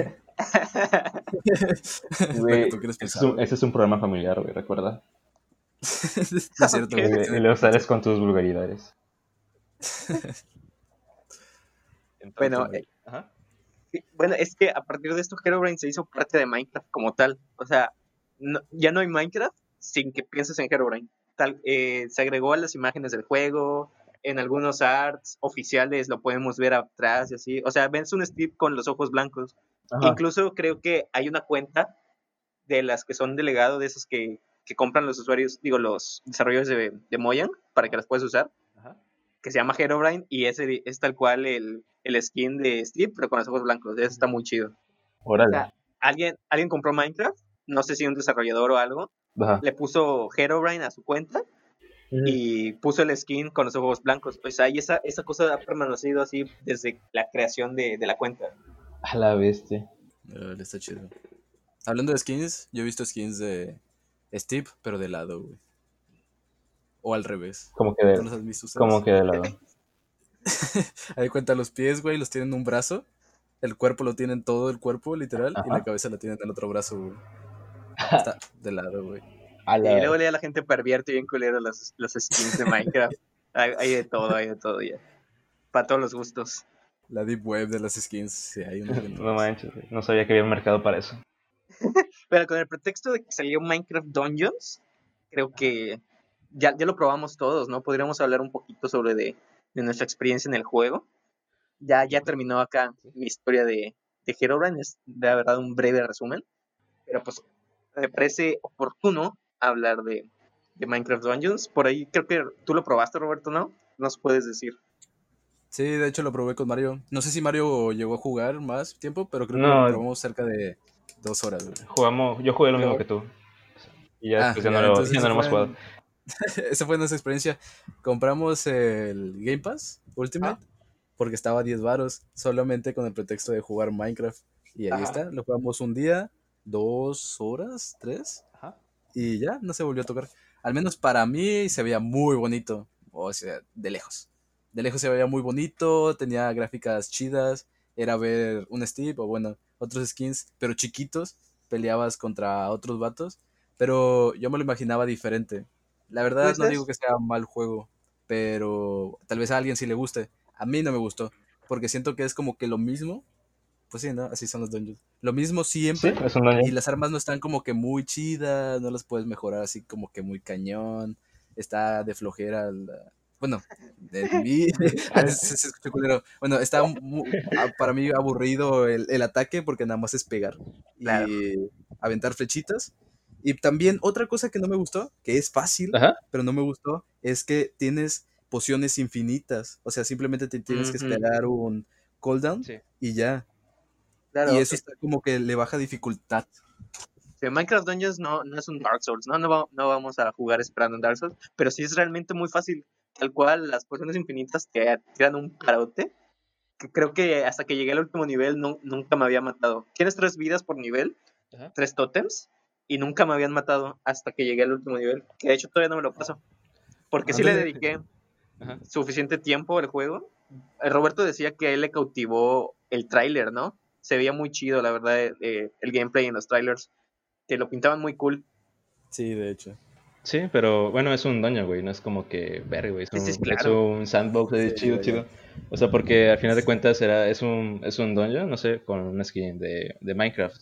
Speaker 1: Es lo que
Speaker 3: Güey,
Speaker 1: tú quieres
Speaker 3: ese es,
Speaker 1: pensar,
Speaker 3: un,
Speaker 1: güey.
Speaker 3: ese es un programa familiar, güey, recuerda.
Speaker 1: No es cierto,
Speaker 4: Ok.
Speaker 3: Y,
Speaker 1: güey.
Speaker 3: le- y lo sales con tus vulgaridades. Entonces,
Speaker 4: Bueno,
Speaker 3: güey, ajá.
Speaker 4: Sí, bueno, es que a partir de esto Herobrine se hizo parte de Minecraft como tal. O sea, no- ya no hay Minecraft sin que pienses en Herobrine. Tal, eh, se agregó a las imágenes del juego, en algunos arts oficiales lo podemos ver atrás y así. O sea, ves un Steve con los ojos blancos.
Speaker 3: Ajá.
Speaker 4: Incluso creo que hay una cuenta de las que son delegado, de esos que, que compran los usuarios, digo, los desarrolladores de, de Mojang para que las puedas usar,
Speaker 3: Ajá.
Speaker 4: que se llama Herobrine y ese es tal cual el, el skin de Steve, pero con los ojos blancos. Eso está muy chido. O
Speaker 3: Órale.
Speaker 4: sea, alguien, alguien compró Minecraft, no sé si un desarrollador o algo,
Speaker 3: Ajá.
Speaker 4: le puso Herobrine a su cuenta y puso el skin con los ojos blancos. O sea, y esa, esa cosa ha permanecido así desde la creación de, de la cuenta.
Speaker 3: A la bestia.
Speaker 1: Ah, está chido. Hablando de skins, yo he visto skins de Steve, pero de lado, güey. O al revés.
Speaker 3: Como que
Speaker 1: ¿No
Speaker 3: de,
Speaker 1: los has visto ustedes?
Speaker 3: como que de lado.
Speaker 1: Ahí cuenta, los pies, güey, los tienen en un brazo. El cuerpo lo tienen todo el cuerpo, literal. Y
Speaker 3: Ajá.
Speaker 1: la cabeza la tienen en el otro brazo, güey. Está de lado, güey.
Speaker 3: A
Speaker 4: Y
Speaker 3: la...
Speaker 4: luego ya la gente pervierte bien culero los, los skins de Minecraft. Hay, hay de todo, hay de todo ya. Para todos los gustos.
Speaker 1: La deep web de las skins, sí, hay unos bien
Speaker 3: No
Speaker 1: raros.
Speaker 3: manches, güey, no sabía que había un mercado para eso.
Speaker 4: Pero con el pretexto de que salió Minecraft Dungeons, creo que ya, ya lo probamos todos, ¿no? Podríamos hablar un poquito sobre de, de nuestra experiencia en el juego. Ya, ya terminó acá mi historia de, de Herobrine, es de verdad un breve resumen. Pero pues me parece oportuno hablar de, de Minecraft Dungeons. Por ahí creo que tú lo probaste, Roberto, ¿no? Nos puedes decir.
Speaker 1: Sí, de hecho lo probé con Mario. No sé si Mario llegó a jugar más tiempo, pero creo que lo
Speaker 3: No,
Speaker 1: probamos cerca de dos horas, güey.
Speaker 3: jugamos, yo jugué lo
Speaker 4: Y
Speaker 3: mismo
Speaker 4: luego,
Speaker 3: que tú. Y ya
Speaker 1: Ah,
Speaker 3: después ya no
Speaker 1: ya,
Speaker 3: lo,
Speaker 1: entonces
Speaker 3: ya no
Speaker 1: esa
Speaker 3: lo hemos
Speaker 1: fue,
Speaker 3: jugado.
Speaker 1: en- esa fue nuestra experiencia. Compramos el Game Pass
Speaker 4: ah,
Speaker 1: Ultimate porque estaba a diez varos, solamente con el pretexto de jugar Minecraft. Y ahí
Speaker 3: Ajá.
Speaker 1: está, lo jugamos un día, dos horas, tres,
Speaker 3: Ajá.
Speaker 1: y ya, no se volvió a tocar. Al menos para mí se veía muy bonito, o sea, de lejos. De lejos se veía muy bonito, tenía gráficas chidas, era ver un Steve o bueno, otros skins, pero chiquitos, peleabas contra otros vatos, pero yo me lo imaginaba diferente. La verdad
Speaker 4: pues
Speaker 1: no digo
Speaker 4: es,
Speaker 1: que sea mal juego, pero tal vez a alguien sí le guste. A mí no me gustó, porque siento que es como que lo mismo, pues sí, ¿no? Así son los dungeons. Lo mismo
Speaker 3: Sí,
Speaker 1: siempre,
Speaker 3: es un
Speaker 1: y
Speaker 3: dungeon.
Speaker 1: las armas no están como que muy chidas, no las puedes mejorar así como que muy cañón, está de flojera, la- bueno, de mí, se- se escuchó culero. Bueno, está mu- a- para mí aburrido el, el ataque porque nada más es pegar
Speaker 4: claro.
Speaker 1: y aventar flechitas. Y también otra cosa que no me gustó, que es fácil,
Speaker 3: Ajá.
Speaker 1: pero no me gustó, es que tienes pociones infinitas, o sea, simplemente te tienes que
Speaker 4: Ujú,
Speaker 1: esperar un cooldown
Speaker 3: Sí.
Speaker 1: y ya. Y
Speaker 4: claro,
Speaker 1: eso
Speaker 4: eh,
Speaker 1: está como que le baja dificultad.
Speaker 4: sí, Minecraft Dungeons no, no es un Dark Souls, ¿no? No, va- no vamos a jugar esperando un Dark Souls, pero sí es realmente muy fácil. Tal cual, las pociones infinitas te tiran un parote, que creo que hasta que llegué al último nivel no, nunca me había matado. Tienes tres vidas por nivel,
Speaker 3: Ajá.
Speaker 4: tres tótems, y nunca me habían matado hasta que llegué al último nivel, que de hecho todavía no me lo paso, porque sí le
Speaker 1: Ándale.
Speaker 4: dediqué
Speaker 3: Ajá.
Speaker 4: suficiente tiempo al juego. Eh, Roberto decía que a él le cautivó el tráiler, ¿no? Se veía muy chido, la verdad, eh, el gameplay en los trailers, que lo pintaban muy cool.
Speaker 1: Sí, de hecho.
Speaker 3: Sí, pero bueno, es un dungeon, güey. No es como que, verga, güey. Es
Speaker 4: Sí, sí,
Speaker 3: un, es
Speaker 4: claro.
Speaker 3: un sandbox
Speaker 1: Sí,
Speaker 3: ahí chido,
Speaker 1: vaya.
Speaker 3: chido. O sea, porque al final de cuentas era, es un, es un dungeon, no sé, con una skin de, de Minecraft.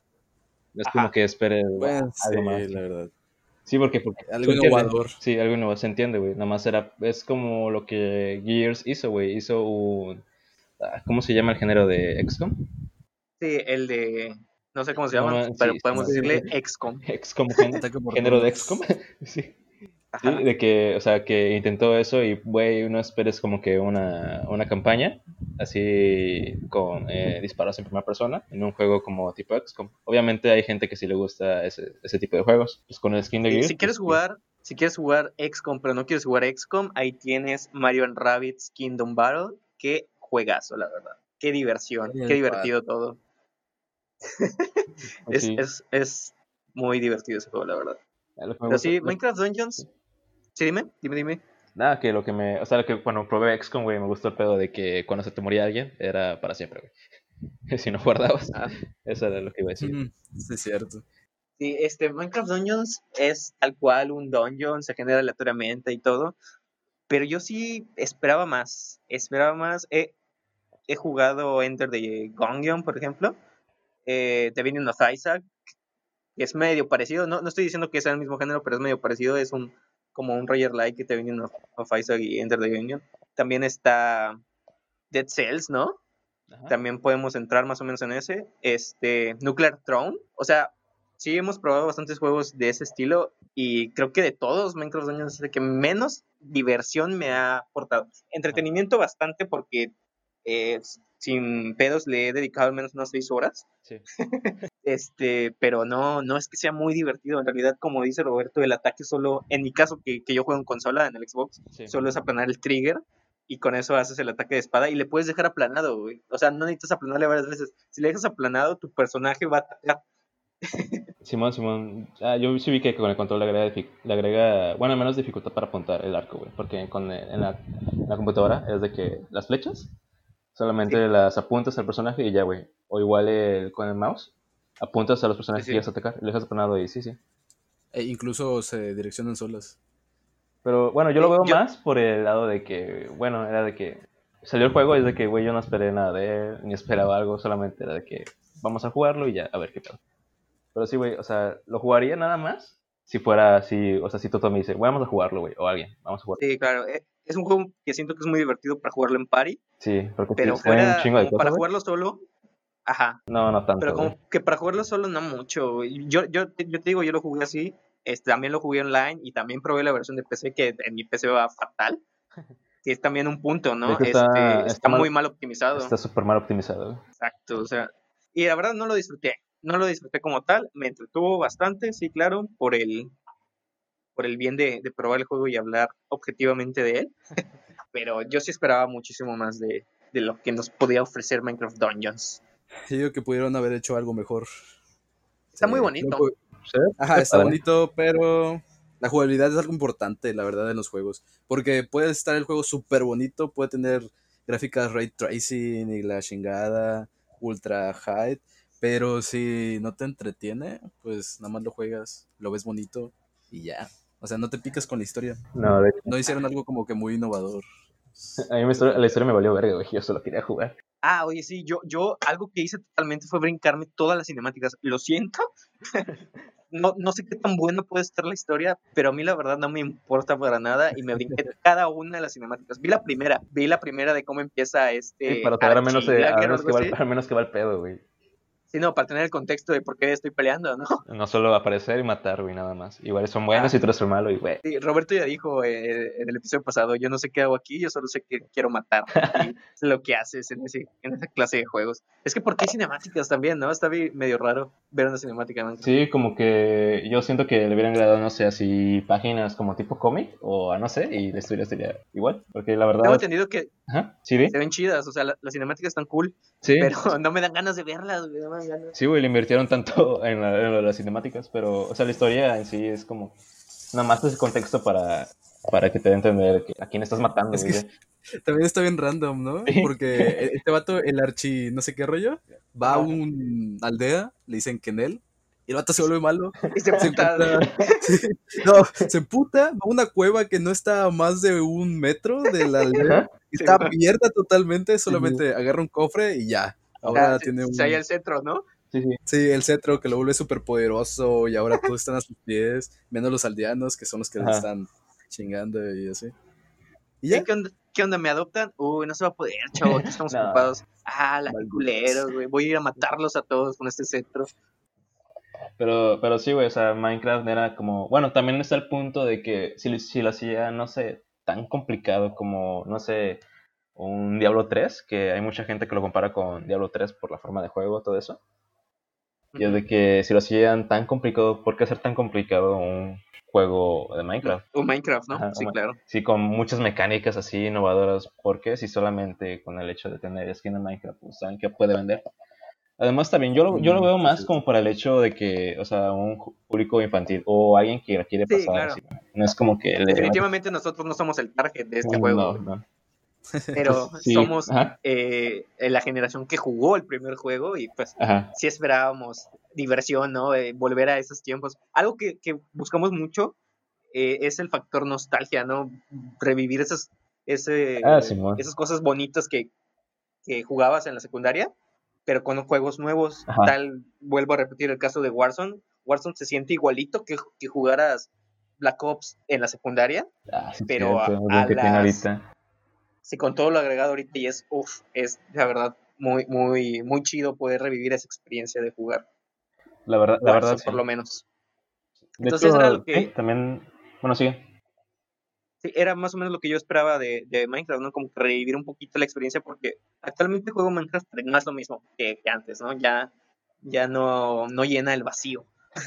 Speaker 3: No es como
Speaker 4: Ajá.
Speaker 3: que esperes wow,
Speaker 1: Bueno, sí,
Speaker 3: algo más.
Speaker 1: la verdad.
Speaker 3: Sí, porque, porque se
Speaker 1: Algo
Speaker 3: entiende.
Speaker 1: innovador.
Speaker 3: Sí, algo nuevo, se entiende, güey. Nada más era, es como lo que Gears hizo, güey. Hizo un, ah, ¿cómo se llama el género de X COM?
Speaker 4: Sí, el de. No sé cómo se
Speaker 3: No,
Speaker 4: llaman,
Speaker 3: man,
Speaker 4: pero
Speaker 3: sí, sí,
Speaker 4: podemos
Speaker 3: man.
Speaker 1: Sí,
Speaker 4: decirle X COM.
Speaker 3: X COM, gen-
Speaker 1: ataque por
Speaker 3: género de X COM.
Speaker 1: turnos.
Speaker 3: Sí. Sí,
Speaker 4: Ajá.
Speaker 3: de que, o sea, que intentó eso y, güey, no esperes como que una, una campaña así con eh, disparos en primera persona en un juego como tipo X COM. Obviamente hay gente que sí le gusta ese, ese tipo de juegos. Pues con el skin de
Speaker 4: Si,
Speaker 3: Gears,
Speaker 4: si quieres
Speaker 3: pues sí.
Speaker 4: jugar. Si quieres jugar X COM, pero no quieres jugar X COM, ahí tienes Mario and Rabbids Kingdom Battle. Qué juegazo, la verdad. Qué diversión. Qué
Speaker 1: El cual.
Speaker 4: divertido todo.
Speaker 3: Pues
Speaker 4: Es,
Speaker 3: sí,
Speaker 4: es, es muy divertido ese juego, la verdad.
Speaker 3: a lo que me
Speaker 4: Pero
Speaker 3: gusta.
Speaker 4: sí,
Speaker 3: lo-
Speaker 4: Minecraft
Speaker 3: sí.
Speaker 4: Dungeons. Sí, dime, dime, dime.
Speaker 3: Nada, que lo que me. O sea, lo que cuando probé X COM, güey, me gustó el pedo de que cuando se te moría alguien era para siempre, güey. Si no guardabas,
Speaker 4: Ah,
Speaker 3: eso era lo que iba a decir.
Speaker 1: Sí, es cierto.
Speaker 4: sí, este, Minecraft Dungeons es tal cual un dungeon, se genera aleatoriamente y todo. Pero yo sí esperaba más. Esperaba más. He, he jugado Enter the Gungeon, por ejemplo. Eh, The Binding of Isaac, que es medio parecido. No, no estoy diciendo que sea el mismo género, pero es medio parecido. Es un como un roguelike que The Binding of, of Isaac y Enter the Gungeon. También está Dead Cells, ¿no?
Speaker 3: Ajá.
Speaker 4: También podemos entrar más o menos en ese. Este, Nuclear Throne. O sea, sí hemos probado bastantes juegos de ese estilo y creo que de todos Minecraft Dungeons es el que menos diversión me ha aportado.
Speaker 3: Ajá.
Speaker 4: Entretenimiento bastante porque eh, sin pedos le he dedicado al menos unas seis horas.
Speaker 3: Sí.
Speaker 4: Este, pero no, no es que sea muy divertido. En realidad, como dice Roberto, el ataque solo, en mi caso, que, que yo juego en consola, en el Xbox,
Speaker 3: Sí.
Speaker 4: solo es aplanar el trigger y con eso haces el ataque de espada y le puedes dejar aplanado, güey. O sea, no necesitas aplanarle varias veces. Si le dejas aplanado, tu personaje va a atacar.
Speaker 3: Simón, Simón. Ah, yo sí vi que con el control le agrega, dific- le agrega, bueno, menos dificultad para apuntar el arco, güey. Porque con, eh, en, la, en la computadora es de que las flechas
Speaker 4: Sí,
Speaker 3: solamente las apuntas al personaje y ya, güey. O igual el, con el mouse, apuntas a los
Speaker 4: sí,
Speaker 3: personajes que
Speaker 4: sí.
Speaker 3: quieres atacar, le dejas aplanado y sí, sí.
Speaker 1: E incluso se direccionan solas.
Speaker 3: Pero bueno, yo lo
Speaker 4: Eh,
Speaker 3: veo
Speaker 4: yo-
Speaker 3: más por el lado de que, bueno, era de que salió el juego y es de que, güey, yo no esperé nada de él, ni esperaba algo, solamente era de que vamos a jugarlo y ya, a ver qué tal. Pero sí, güey, o sea, lo jugaría nada más si fuera así, o sea, si Toto me dice, güey, vamos a jugarlo, güey, o alguien, vamos a jugar.
Speaker 4: sí, claro, eh, es un juego que siento que es muy divertido para jugarlo en party,
Speaker 3: Sí, porque
Speaker 4: pero
Speaker 3: se ven un
Speaker 4: fuera
Speaker 3: chingo de
Speaker 4: como para
Speaker 3: cosas, güey.
Speaker 4: jugarlo solo, ajá,
Speaker 3: No, no
Speaker 4: pero
Speaker 3: tanto, güey.
Speaker 4: como que para jugarlo solo no mucho. güey. Yo, yo, te- yo te digo, yo lo jugué así, este, también lo jugué online y también probé la versión de P C que en mi P C va fatal, que es también un punto,
Speaker 3: De
Speaker 4: ¿no?
Speaker 3: hecho, está,
Speaker 4: Este,
Speaker 3: está
Speaker 4: está muy
Speaker 3: mal,
Speaker 4: mal optimizado,
Speaker 3: está súper mal optimizado, güey.
Speaker 4: exacto, o sea, y la verdad no lo disfruté, no lo disfruté como tal, me entretuvo bastante, sí, claro, por el, por el bien de, de probar el juego y hablar objetivamente de él, pero yo sí esperaba muchísimo más de, de lo que nos podía ofrecer Minecraft Dungeons.
Speaker 1: Yo digo que pudieron haber hecho algo mejor.
Speaker 4: Está muy
Speaker 1: Sí, creo
Speaker 4: bonito.
Speaker 1: que-
Speaker 3: Sí,
Speaker 1: Ajá, está
Speaker 3: padre.
Speaker 1: bonito, pero la jugabilidad es algo importante, la verdad, en los juegos. Porque puede estar el juego súper bonito, puede tener gráficas ray tracing y la chingada, ultra high, pero si no te entretiene, pues nada más lo juegas, lo ves bonito y ya. O sea, no te picas con la historia.
Speaker 3: No, de hecho,
Speaker 1: No hicieron algo como que muy innovador.
Speaker 3: a mí me historia- la historia me valió verga, güey, yo solo quería jugar.
Speaker 4: Ah, oye, sí, yo, yo algo que hice totalmente fue brincarme todas las cinemáticas. Lo siento, no, no sé qué tan buena puede estar la historia, pero a mí la verdad no me importa para nada y me brinqué cada una de las cinemáticas. Vi la primera, vi la primera de cómo empieza
Speaker 3: Sí,
Speaker 4: este
Speaker 3: para saber al menos, eh, al
Speaker 4: Archilager o
Speaker 3: menos
Speaker 4: algo
Speaker 3: que va el,
Speaker 4: así.
Speaker 3: al menos que va el pedo, güey.
Speaker 4: Sí, no, para tener el contexto de por qué estoy peleando, ¿no?
Speaker 3: No solo aparecer y matar, güey, nada más. Igual son buenos
Speaker 4: Ah,
Speaker 3: y otros son malos, y güey.
Speaker 4: sí, Roberto ya dijo eh, en el episodio pasado, yo no sé qué hago aquí, yo solo sé que quiero matar. Y es lo que haces en, ese, en esa clase de juegos. Es que porque hay cinemáticas también, ¿no? Está bi- medio raro ver una cinemática en Minecraft.
Speaker 3: Sí, como que yo siento que le hubieran agradado, no sé, así páginas como tipo cómic o a no sé, y la historia sería igual. Porque la
Speaker 4: Tengo
Speaker 3: verdad,
Speaker 4: entendido que
Speaker 3: ajá, sí, vi.
Speaker 4: se ven chidas, o sea, la- las cinemáticas están cool,
Speaker 3: Sí,
Speaker 4: pero no me dan ganas de verlas, güey, no me dan ganas.
Speaker 3: sí, güey, le invirtieron tanto en, la- en lo de las cinemáticas, pero, o sea, la historia en sí es como, nada más ese contexto para, para que te dé a entender que a quién estás matando,
Speaker 1: Es
Speaker 3: güey.
Speaker 1: que
Speaker 3: ya.
Speaker 1: también está bien random, ¿no?
Speaker 3: Sí,
Speaker 1: Porque e- este vato, el archi no sé qué rollo, va a
Speaker 4: Ajá.
Speaker 1: un aldea, le dicen Kenel, y el vato se vuelve malo.
Speaker 4: Y se
Speaker 1: Se
Speaker 4: puta.
Speaker 1: encuentra, sí, no, se emputa, va a una cueva que no está a más de un metro de la aldea,
Speaker 3: ajá,
Speaker 1: y
Speaker 4: Sí,
Speaker 1: está
Speaker 4: güey.
Speaker 1: abierta totalmente,
Speaker 3: sí, sí,
Speaker 1: solamente agarra un cofre y ya.
Speaker 3: ah,
Speaker 4: Ya,
Speaker 1: Ahora
Speaker 4: se,
Speaker 1: tiene
Speaker 4: se halla
Speaker 1: un,
Speaker 4: el centro, ¿no?
Speaker 3: sí, sí.
Speaker 1: sí, el cetro que lo vuelve súper poderoso y ahora todos están a sus pies, menos los aldeanos que son los que le
Speaker 3: Ajá.
Speaker 1: están chingando y así. Y
Speaker 4: ¿Eh,
Speaker 1: ya,
Speaker 4: ¿Qué onda? ¿Qué onda? ¿Me adoptan? Uy, no se va a poder, chavo, aquí estamos
Speaker 3: No,
Speaker 4: ocupados. Ah, la qué
Speaker 1: malditos.
Speaker 4: culeros, güey. Voy a ir a matarlos a todos con este centro.
Speaker 3: pero, pero sí, güey, o sea, Minecraft era como, bueno, también está el punto de que si, lo- si lo hacía, no sé, tan complicado como, no sé, un Diablo tres, que hay mucha gente que lo compara con Diablo tres por la forma de juego, todo eso. Y es de que si lo hacían tan complicado, ¿por qué hacer tan complicado un juego de Minecraft?
Speaker 4: O Minecraft, ¿no?
Speaker 3: Ajá,
Speaker 4: Sí,
Speaker 3: un-
Speaker 4: claro.
Speaker 3: sí, con muchas mecánicas así innovadoras, ¿por qué? Si solamente con el hecho de tener skin en Minecraft, pues saben que puede vender. Además, también yo lo, yo lo
Speaker 1: Mm,
Speaker 3: veo
Speaker 1: sí,
Speaker 3: más
Speaker 1: sí.
Speaker 3: como para el hecho de que, o sea, un ju- público infantil o alguien que la quiere
Speaker 4: Sí,
Speaker 3: pasar
Speaker 4: claro.
Speaker 3: así. No es como que le...
Speaker 4: Definitivamente nosotros no somos el target de este juego,
Speaker 3: No,
Speaker 4: güey.
Speaker 3: no.
Speaker 4: Pero
Speaker 3: Pues sí,
Speaker 4: somos
Speaker 3: ajá,
Speaker 4: eh, la generación que jugó el primer juego y pues
Speaker 3: ajá.
Speaker 4: sí esperábamos diversión, ¿no? Eh, volver a esos tiempos. Algo que, que buscamos mucho eh, es el factor nostalgia, ¿no? Revivir esas,
Speaker 3: Ah,
Speaker 4: ese,
Speaker 3: Simón.
Speaker 4: esas cosas bonitas que, que jugabas en la secundaria, pero con juegos nuevos.
Speaker 3: Ajá.
Speaker 4: Tal, vuelvo a repetir el caso de Warzone. Warzone se siente igualito que, que jugaras Black Ops en la secundaria,
Speaker 3: Ah, sí,
Speaker 4: pero
Speaker 3: cierto.
Speaker 4: a,
Speaker 3: Es
Speaker 4: a
Speaker 3: lo que tiene
Speaker 4: las
Speaker 3: ahorita.
Speaker 4: sí, con todo lo agregado ahorita y es, uff, es la verdad muy, muy, muy chido poder revivir esa experiencia de jugar
Speaker 3: La verdad, la verdad,
Speaker 4: Warzone,
Speaker 3: sí.
Speaker 4: por lo menos.
Speaker 3: De
Speaker 4: Entonces era
Speaker 3: hecho,
Speaker 4: lo
Speaker 3: sí,
Speaker 4: que,
Speaker 3: también... Bueno, sigue.
Speaker 4: sí, era más o menos lo que yo esperaba de, de Minecraft, ¿no? Como que revivir un poquito la experiencia porque actualmente juego Minecraft, pero no es lo mismo que, que antes, ¿no? Ya, ya no, no llena el vacío.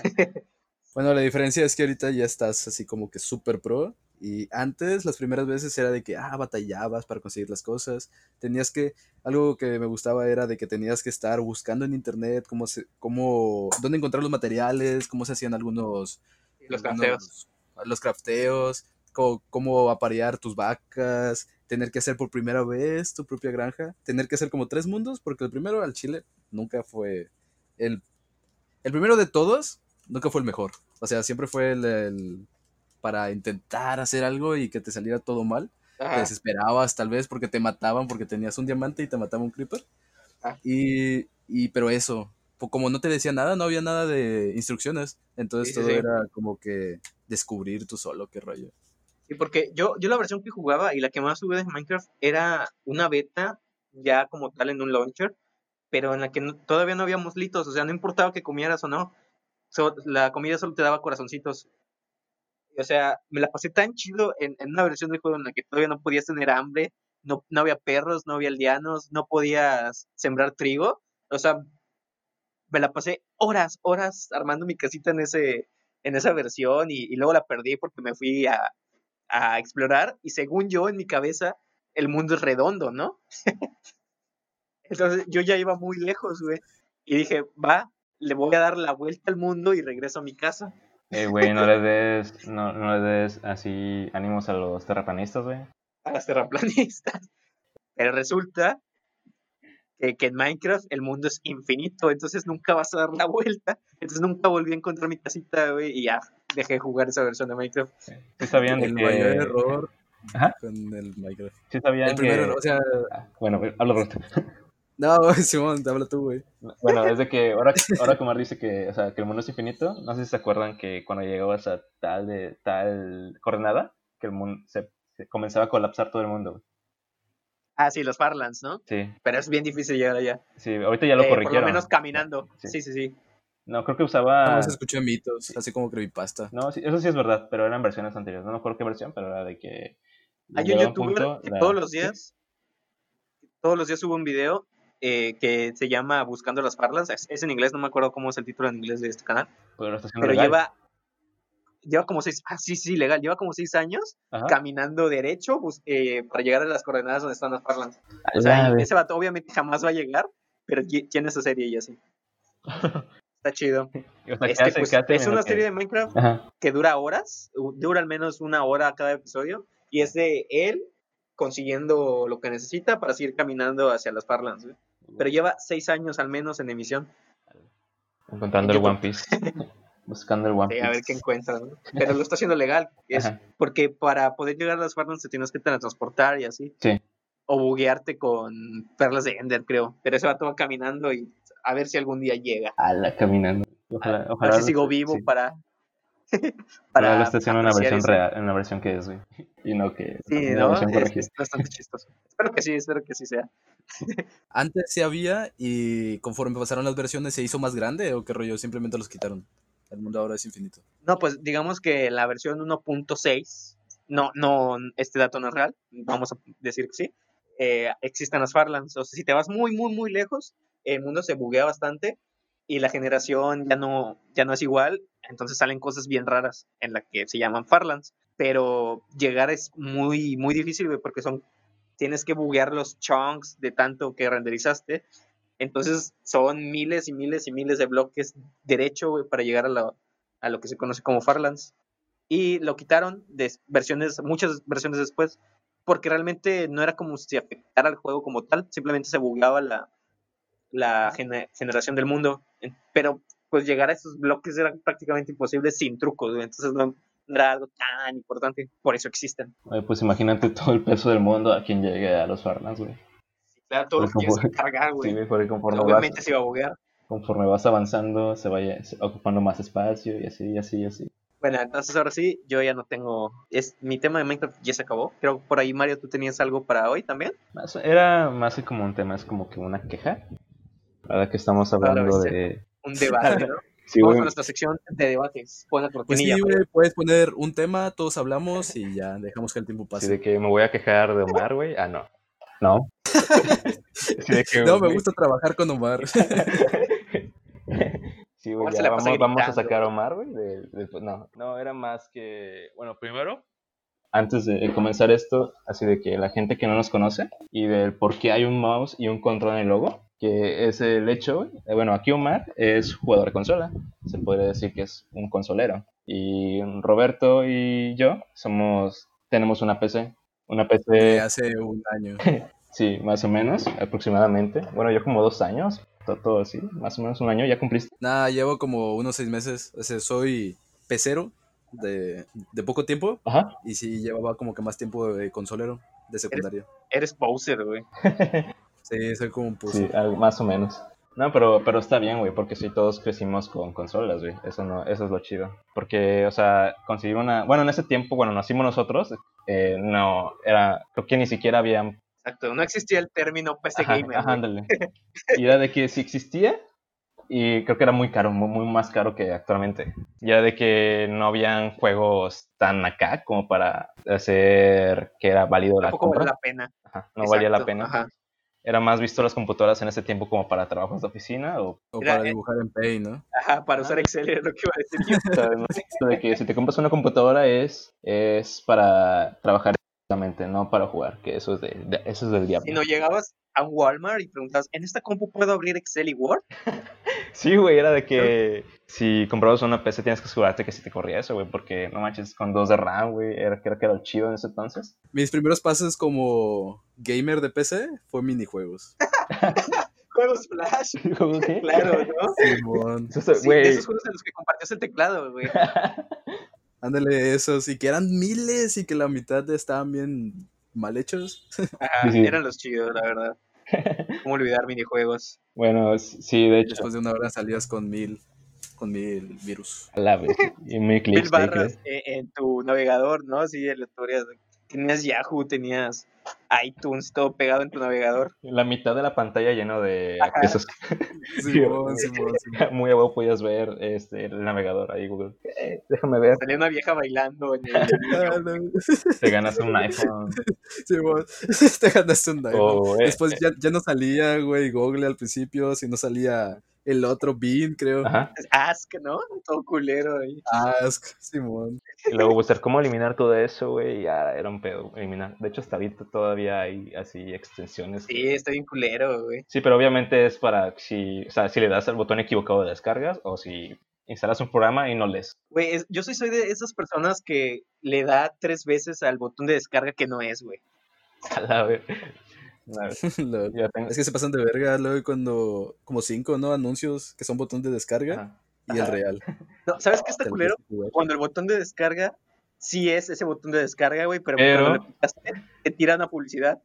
Speaker 1: Bueno, la diferencia es que ahorita ya estás así como que súper pro. Y antes, las primeras veces era de que, ah, batallabas para conseguir las cosas. Tenías que, algo que me gustaba era de que tenías que estar buscando en internet cómo se, cómo, dónde encontrar los materiales, cómo se hacían algunos,
Speaker 4: Los crafteos.
Speaker 1: algunos, los crafteos, cómo, cómo aparear tus vacas, tener que hacer por primera vez tu propia granja, tener que hacer como tres mundos, porque el primero al chile nunca fue el, el primero de todos nunca fue el mejor. O sea, siempre fue el, el para intentar hacer algo y que te saliera todo mal. Te
Speaker 4: Ajá,
Speaker 1: desesperabas tal vez porque te mataban, porque tenías un diamante y te mataba un creeper.
Speaker 4: ajá.
Speaker 1: Y, y pero eso, po- como no te decía nada, no había nada de instrucciones.
Speaker 4: Sí,
Speaker 1: Entonces
Speaker 4: sí,
Speaker 1: todo
Speaker 4: sí.
Speaker 1: era como que descubrir tú solo qué rollo.
Speaker 4: Sí, porque yo, yo la versión que jugaba y la que más jugué de Minecraft era una beta ya como tal en un launcher, pero en la que no- todavía no había muslitos, o sea, no importaba que comieras o no, so- la comida solo te daba corazoncitos. O sea, me la pasé tan chido en, en una versión del juego en la que todavía no podías tener hambre, no, no había perros, no había aldeanos, no podías sembrar trigo. O sea, me la pasé horas, horas armando mi casita en ese, en esa versión y, y luego la perdí porque me fui a, a explorar y según yo en mi cabeza el mundo es redondo, ¿no? Entonces yo ya iba muy lejos, güey. Y dije, va, le voy a dar la vuelta al mundo y regreso a mi casa,
Speaker 3: Eh, güey, no le des, no, no le des así ánimos a los terraplanistas, güey.
Speaker 4: a las terraplanistas. Pero resulta que, que en Minecraft el mundo es infinito, entonces nunca vas a dar la vuelta. Entonces nunca volví a encontrar mi casita, güey, y ya dejé de jugar esa versión de Minecraft.
Speaker 3: Sí sabían de
Speaker 1: El mayor
Speaker 3: que...
Speaker 1: error
Speaker 3: Ajá,
Speaker 1: con el Minecraft.
Speaker 3: sí
Speaker 1: El
Speaker 3: sabían
Speaker 1: primer error,
Speaker 3: que...
Speaker 1: o sea,
Speaker 3: Ah, bueno, hablo Roberto.
Speaker 1: no, Simón, te habla tú, güey.
Speaker 3: Bueno, es de que ahora, ahora Kumar dice que, o sea, que el mundo es infinito. No sé si se acuerdan que cuando llegabas a tal de tal coordenada, que el mundo se, se comenzaba a colapsar todo el mundo, güey.
Speaker 4: Ah, sí, los Farlands, ¿no?
Speaker 3: Sí,
Speaker 4: Pero es bien difícil llegar allá.
Speaker 3: sí, ahorita ya lo
Speaker 4: Eh, por lo menos
Speaker 3: corrigieron. Ya,
Speaker 4: caminando.
Speaker 3: sí.
Speaker 4: Sí, sí, sí.
Speaker 3: No, creo que
Speaker 1: Nada más
Speaker 3: usaba...
Speaker 1: escuché mitos,
Speaker 3: Sí.
Speaker 1: así como creepypasta.
Speaker 3: No, sí, eso sí es verdad, pero eran versiones anteriores. No me acuerdo qué versión, pero era de que
Speaker 4: Hay un
Speaker 3: llegado a un
Speaker 4: youtuber
Speaker 3: punto,
Speaker 4: que todos
Speaker 3: la...
Speaker 4: los
Speaker 3: ¿Sí?
Speaker 4: días, todos los días sube un video eh, que se llama Buscando las Farlands. Es, es en inglés, no me acuerdo cómo es el título en inglés de este canal.
Speaker 3: Pero lo está haciendo
Speaker 4: Pero
Speaker 3: legal.
Speaker 4: lleva, lleva como seis, ah, sí, sí, legal, lleva como seis años
Speaker 3: Ajá.
Speaker 4: caminando derecho bus- eh, para llegar a las coordenadas donde están las Farlands.
Speaker 3: A
Speaker 4: O sea,
Speaker 3: la
Speaker 4: y
Speaker 3: vez.
Speaker 4: ese vato obviamente jamás va a llegar, pero ti- tiene esa serie y así. Está chido.
Speaker 3: O sea, ¿qué
Speaker 4: Este,
Speaker 3: hace? ¿Qué
Speaker 4: pues,
Speaker 3: hace
Speaker 4: es
Speaker 3: en lo
Speaker 4: una serie
Speaker 3: que...?
Speaker 4: de Minecraft
Speaker 3: Ajá.
Speaker 4: que dura horas, u- dura al menos una hora cada episodio, y es de él consiguiendo lo que necesita para seguir caminando hacia las Farlands, güey. Pero lleva seis años al menos en emisión en
Speaker 3: Encontrando el One
Speaker 4: YouTube.
Speaker 3: Piece. Buscando el One
Speaker 4: Sí, a ver qué
Speaker 3: Piece.
Speaker 4: encuentra, ¿no? Pero lo está haciendo legal, es
Speaker 3: Ajá.
Speaker 4: porque para poder llegar a las Farlands te tienes que teletransportar y así,
Speaker 3: Sí.
Speaker 4: o buguearte con perlas de Ender, creo. Pero ese vato va caminando y a ver si algún día llega.
Speaker 3: Ala, caminando.
Speaker 4: A,
Speaker 3: Ojalá,
Speaker 4: a ver
Speaker 3: ojalá
Speaker 4: si
Speaker 3: lo
Speaker 4: sigo
Speaker 3: esté,
Speaker 4: vivo
Speaker 3: sí.
Speaker 4: para,
Speaker 3: Ojalá lo
Speaker 4: para
Speaker 3: esté haciendo en una
Speaker 4: apreciar
Speaker 3: versión
Speaker 4: eso.
Speaker 3: real, en una versión que es, güey. Y no que
Speaker 4: Sí,
Speaker 3: una
Speaker 4: ¿no?
Speaker 3: versión
Speaker 4: Es,
Speaker 3: corregida.
Speaker 4: es bastante chistoso. Espero que sí, espero que sí sea.
Speaker 1: Antes sí había y conforme pasaron las versiones se hizo más grande o qué rollo, simplemente los quitaron. El mundo ahora es infinito.
Speaker 4: No, pues digamos que la versión uno punto seis, no, no, este dato no es real, vamos a decir que sí, eh, existen las Farlands. O sea, si te vas muy, muy, muy lejos, el mundo se buguea bastante y la generación ya no, ya no es igual, entonces salen cosas bien raras en la que se llaman Farlands. Pero llegar es muy, muy difícil, güey, porque son, tienes que buguear los chunks de tanto que renderizaste. Entonces son miles y miles y miles de bloques derecho, güey, para llegar a lo, a lo que se conoce como Farlands. Y lo quitaron de versiones, muchas versiones después, porque realmente no era como si afectara al juego como tal, simplemente se bugueaba la, la gener- generación del mundo. Pero pues llegar a esos bloques era prácticamente imposible sin trucos, güey. Entonces no, no era algo tan importante, por eso existen.
Speaker 3: Oye, pues imagínate todo el peso del mundo a quien llegue a los Farlands, güey.
Speaker 4: Claro, todo lo
Speaker 3: Porque,
Speaker 4: que tienes que
Speaker 3: conforme-
Speaker 4: cargar,
Speaker 3: sí,
Speaker 4: güey.
Speaker 3: güey, porque conforme vas,
Speaker 4: Obviamente se iba a buguear.
Speaker 3: conforme vas avanzando, se vaya ocupando más espacio y así, y así, y así.
Speaker 4: Bueno, entonces ahora sí, yo ya no tengo. Es, mi tema de Minecraft ya se acabó. Creo que por ahí, Mario, tú tenías algo para hoy también.
Speaker 3: Más- Era más que como un tema, es como que una queja. Ahora que estamos
Speaker 4: Ahora
Speaker 3: hablando
Speaker 4: bestia.
Speaker 3: de...
Speaker 4: Un debate, ¿no?
Speaker 3: Sí,
Speaker 4: Vamos
Speaker 3: güey.
Speaker 4: a nuestra sección de debates. Pon la
Speaker 1: Pues
Speaker 4: cortinilla,
Speaker 1: sí,
Speaker 4: Mario.
Speaker 1: güey, puedes poner un tema, todos hablamos y ya dejamos que el tiempo
Speaker 3: Sí,
Speaker 1: pase.
Speaker 3: de que me voy a quejar de Omar, güey. Ah, no. No. Sí, de que,
Speaker 1: No, me
Speaker 3: güey.
Speaker 1: gusta trabajar con Omar.
Speaker 3: Sí, güey,
Speaker 4: Omar se
Speaker 3: ya
Speaker 4: la pasa
Speaker 3: vamos, vamos a
Speaker 4: gritando,
Speaker 3: sacar a
Speaker 4: güey.
Speaker 3: Omar, güey. de- de- no, no, era más que, bueno, primero, antes de comenzar esto, así de que la gente que no nos conoce y del por qué hay un mouse y un control en el logo, que es el hecho, eh, bueno, aquí Omar es jugador de consola, se podría decir que es un consolero. Y Roberto y yo somos, tenemos una P C, una
Speaker 1: De
Speaker 3: P C,
Speaker 1: hace un año.
Speaker 3: sí, más o menos, aproximadamente. Bueno, yo como dos años. todo, todo así, más o menos un año, ¿ya cumpliste?
Speaker 1: Nada, llevo como unos seis meses. O sea, soy pecero de, de poco tiempo.
Speaker 3: Ajá.
Speaker 1: Y sí, llevaba como que más tiempo de consolero, de
Speaker 4: Eres,
Speaker 1: secundaria.
Speaker 4: eres poser, güey.
Speaker 1: Sí, soy como un
Speaker 3: Sí,
Speaker 1: puso.
Speaker 3: algo más o menos. No, pero, pero está bien, güey, porque sí todos crecimos con consolas, güey. Eso no, eso es lo chido. Porque, o sea, conseguir una... Bueno, en ese tiempo, bueno, nacimos nosotros, eh, no, era... Creo que ni siquiera había...
Speaker 4: Exacto, no existía el término P C
Speaker 3: Ajá,
Speaker 4: gamer,
Speaker 3: ajá,
Speaker 4: güey.
Speaker 3: ándale. Y era de que sí existía, y creo que era muy caro, muy, muy más caro que actualmente. Y era de que no habían juegos tan acá como para hacer que era válido la
Speaker 4: Tampoco vale
Speaker 3: compra.
Speaker 4: la pena.
Speaker 3: Ajá, no valía la
Speaker 4: Exacto,
Speaker 3: pena.
Speaker 4: ajá.
Speaker 3: Era más visto las computadoras en ese tiempo como para trabajos de oficina o...
Speaker 1: O
Speaker 4: Era,
Speaker 1: para
Speaker 4: eh,
Speaker 1: dibujar en Paint, ¿no?
Speaker 4: ajá, para usar
Speaker 3: Ah,
Speaker 4: Excel era lo que iba a decir yo.
Speaker 3: o sea, no, esto de que si te compras una computadora es, es para trabajar exactamente, no para jugar, que eso es, de, de- eso es del
Speaker 4: Si
Speaker 3: diablo.
Speaker 4: no llegabas a un Walmart y preguntabas, ¿en esta compu puedo abrir Excel y Word?
Speaker 3: Sí, güey, era de que si comprabas una P C tienes que asegurarte que si te corría eso, güey, porque no manches, con dos de RAM, güey, era, creo que era el chido en ese entonces.
Speaker 1: Mis primeros pasos como gamer de P C fue minijuegos.
Speaker 4: Juegos Flash,
Speaker 3: ¿Cómo que?
Speaker 4: claro, ¿no?
Speaker 1: Simón.
Speaker 3: Eso está-
Speaker 4: Sí, de
Speaker 3: güey.
Speaker 4: esos juegos en los que compartías el teclado, güey.
Speaker 1: Ándale, esos. Y que eran miles y que la mitad estaban bien mal hechos.
Speaker 4: Ajá,
Speaker 3: Sí, sí.
Speaker 4: eran los chidos, la verdad. ¿Cómo olvidar minijuegos?
Speaker 3: Bueno, s- sí, de hecho,
Speaker 1: Después de una hora salías con mil, con mil virus.
Speaker 3: a la vez, y muy
Speaker 4: Mil
Speaker 3: clics,
Speaker 4: barras en, en tu navegador, ¿no? Sí, en la teoría. Tenías Yahoo, tenías iTunes, todo pegado en tu navegador.
Speaker 3: la mitad de la pantalla lleno de
Speaker 4: Ajá.
Speaker 3: accesos.
Speaker 1: Simón, Simón, Simón.
Speaker 3: Muy abajo podías ver este, el navegador ahí, Google. Eh, déjame ver.
Speaker 4: Salía una vieja bailando en el
Speaker 1: Ah,
Speaker 4: menú.
Speaker 1: no.
Speaker 3: Te ganas un iPhone.
Speaker 1: Simón, te ganaste un iPhone.
Speaker 3: O, eh,
Speaker 1: Después ya, ya no salía, güey, Google al principio, sino salía el otro Bean, creo.
Speaker 3: ajá.
Speaker 4: Ask, ¿no? Todo culero ahí.
Speaker 1: Ask, Simón.
Speaker 3: Y luego buscar cómo eliminar todo eso, güey. Ya era un pedo eliminar. De hecho, hasta ahorita todavía hay así extensiones.
Speaker 4: Sí,
Speaker 3: que-
Speaker 4: está bien culero, güey.
Speaker 3: Sí, pero obviamente es para si, o sea, si le das al botón equivocado de descargas o si instalas un programa y no lees.
Speaker 4: Güey, es- yo soy, soy de esas personas que le da tres veces al botón de descarga que no es, güey.
Speaker 3: A la ver. A ver,
Speaker 1: Lol.
Speaker 3: ya tengo-
Speaker 1: Es que se pasan de verga luego cuando, como cinco, ¿no? Anuncios que son botón de descarga
Speaker 3: Ajá.
Speaker 1: y el
Speaker 4: Ajá.
Speaker 1: real.
Speaker 4: No, ¿sabes qué está
Speaker 1: Te lo
Speaker 4: culero?
Speaker 1: tienes que jugar.
Speaker 4: Cuando el botón de descarga sí es ese botón de descarga, güey, pero,
Speaker 3: Pero-
Speaker 4: cuando le picaste te tiran a publicidad.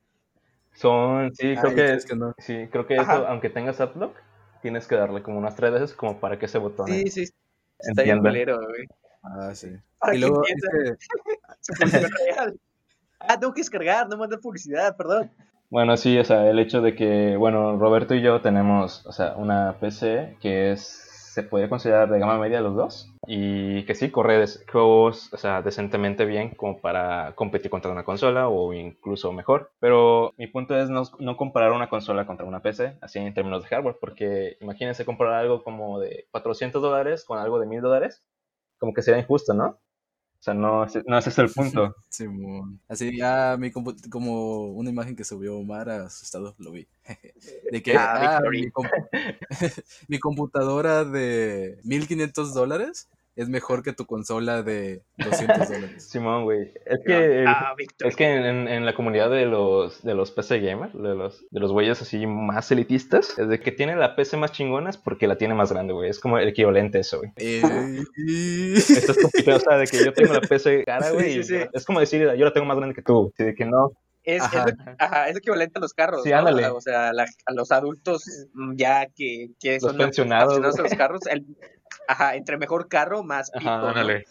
Speaker 3: Son, sí, creo
Speaker 1: Ay,
Speaker 3: que,
Speaker 1: ¿crees que no?
Speaker 3: sí, creo que
Speaker 4: Ajá.
Speaker 3: eso, aunque tengas AdBlock, tienes que darle como unas tres veces como para que ese botón
Speaker 4: Sí, sí, está bien
Speaker 3: entienda.
Speaker 4: culero, güey.
Speaker 1: Ah, sí.
Speaker 4: Para
Speaker 1: Y
Speaker 4: que
Speaker 1: luego
Speaker 4: entiendan
Speaker 1: dice,
Speaker 4: su función real. Ah, tengo que descargar, no mandar publicidad, perdón.
Speaker 3: Bueno, sí, o sea, el hecho de que, bueno, Roberto y yo tenemos, o sea, una P C que es, se puede considerar de gama media los dos y que sí, corre des- juegos, o sea, decentemente bien como para competir contra una consola o incluso mejor. Pero mi punto es no, no comparar una consola contra una P C, así en términos de hardware, porque imagínense comparar algo como de cuatrocientos dólares con algo de mil dólares, como que sería injusto, ¿no? O sea, no, ese- no ese es el punto.
Speaker 1: Simón. Así ya mi compu- como una imagen que subió Omar a su estado, lo vi. De que,
Speaker 4: Ah,
Speaker 1: ah,
Speaker 4: Victory.
Speaker 1: mi, compu- mi computadora de mil quinientos dólares es mejor que tu consola de doscientos dólares.
Speaker 3: Simón, güey. Es que, el-
Speaker 4: Ah, Victory.
Speaker 3: es que en, en la comunidad de los, de los P C gamer, de los, de los güeyes así más elitistas, es de que tiene la P C más chingona es porque la tiene más grande, güey. Es como el equivalente a eso, güey.
Speaker 1: Eh,
Speaker 3: Estás compitiendo, o sea, de que yo tengo la P C cara,
Speaker 4: Sí,
Speaker 3: güey.
Speaker 4: sí,
Speaker 3: y
Speaker 4: sí.
Speaker 3: Es como decir, yo la tengo más grande que tú. Así de que no.
Speaker 4: Es, es,
Speaker 1: Ajá.
Speaker 4: lo- ajá, es equivalente a los carros,
Speaker 3: Sí,
Speaker 4: ¿no?
Speaker 3: ándale.
Speaker 4: O sea, la- a los adultos mm, ya que, que
Speaker 3: Los
Speaker 4: son
Speaker 3: pensionados,
Speaker 4: aficionados a
Speaker 3: güey.
Speaker 4: los carros, el, ajá, entre mejor carro, más pito,
Speaker 3: Ajá,
Speaker 4: ¿no?
Speaker 3: ándale.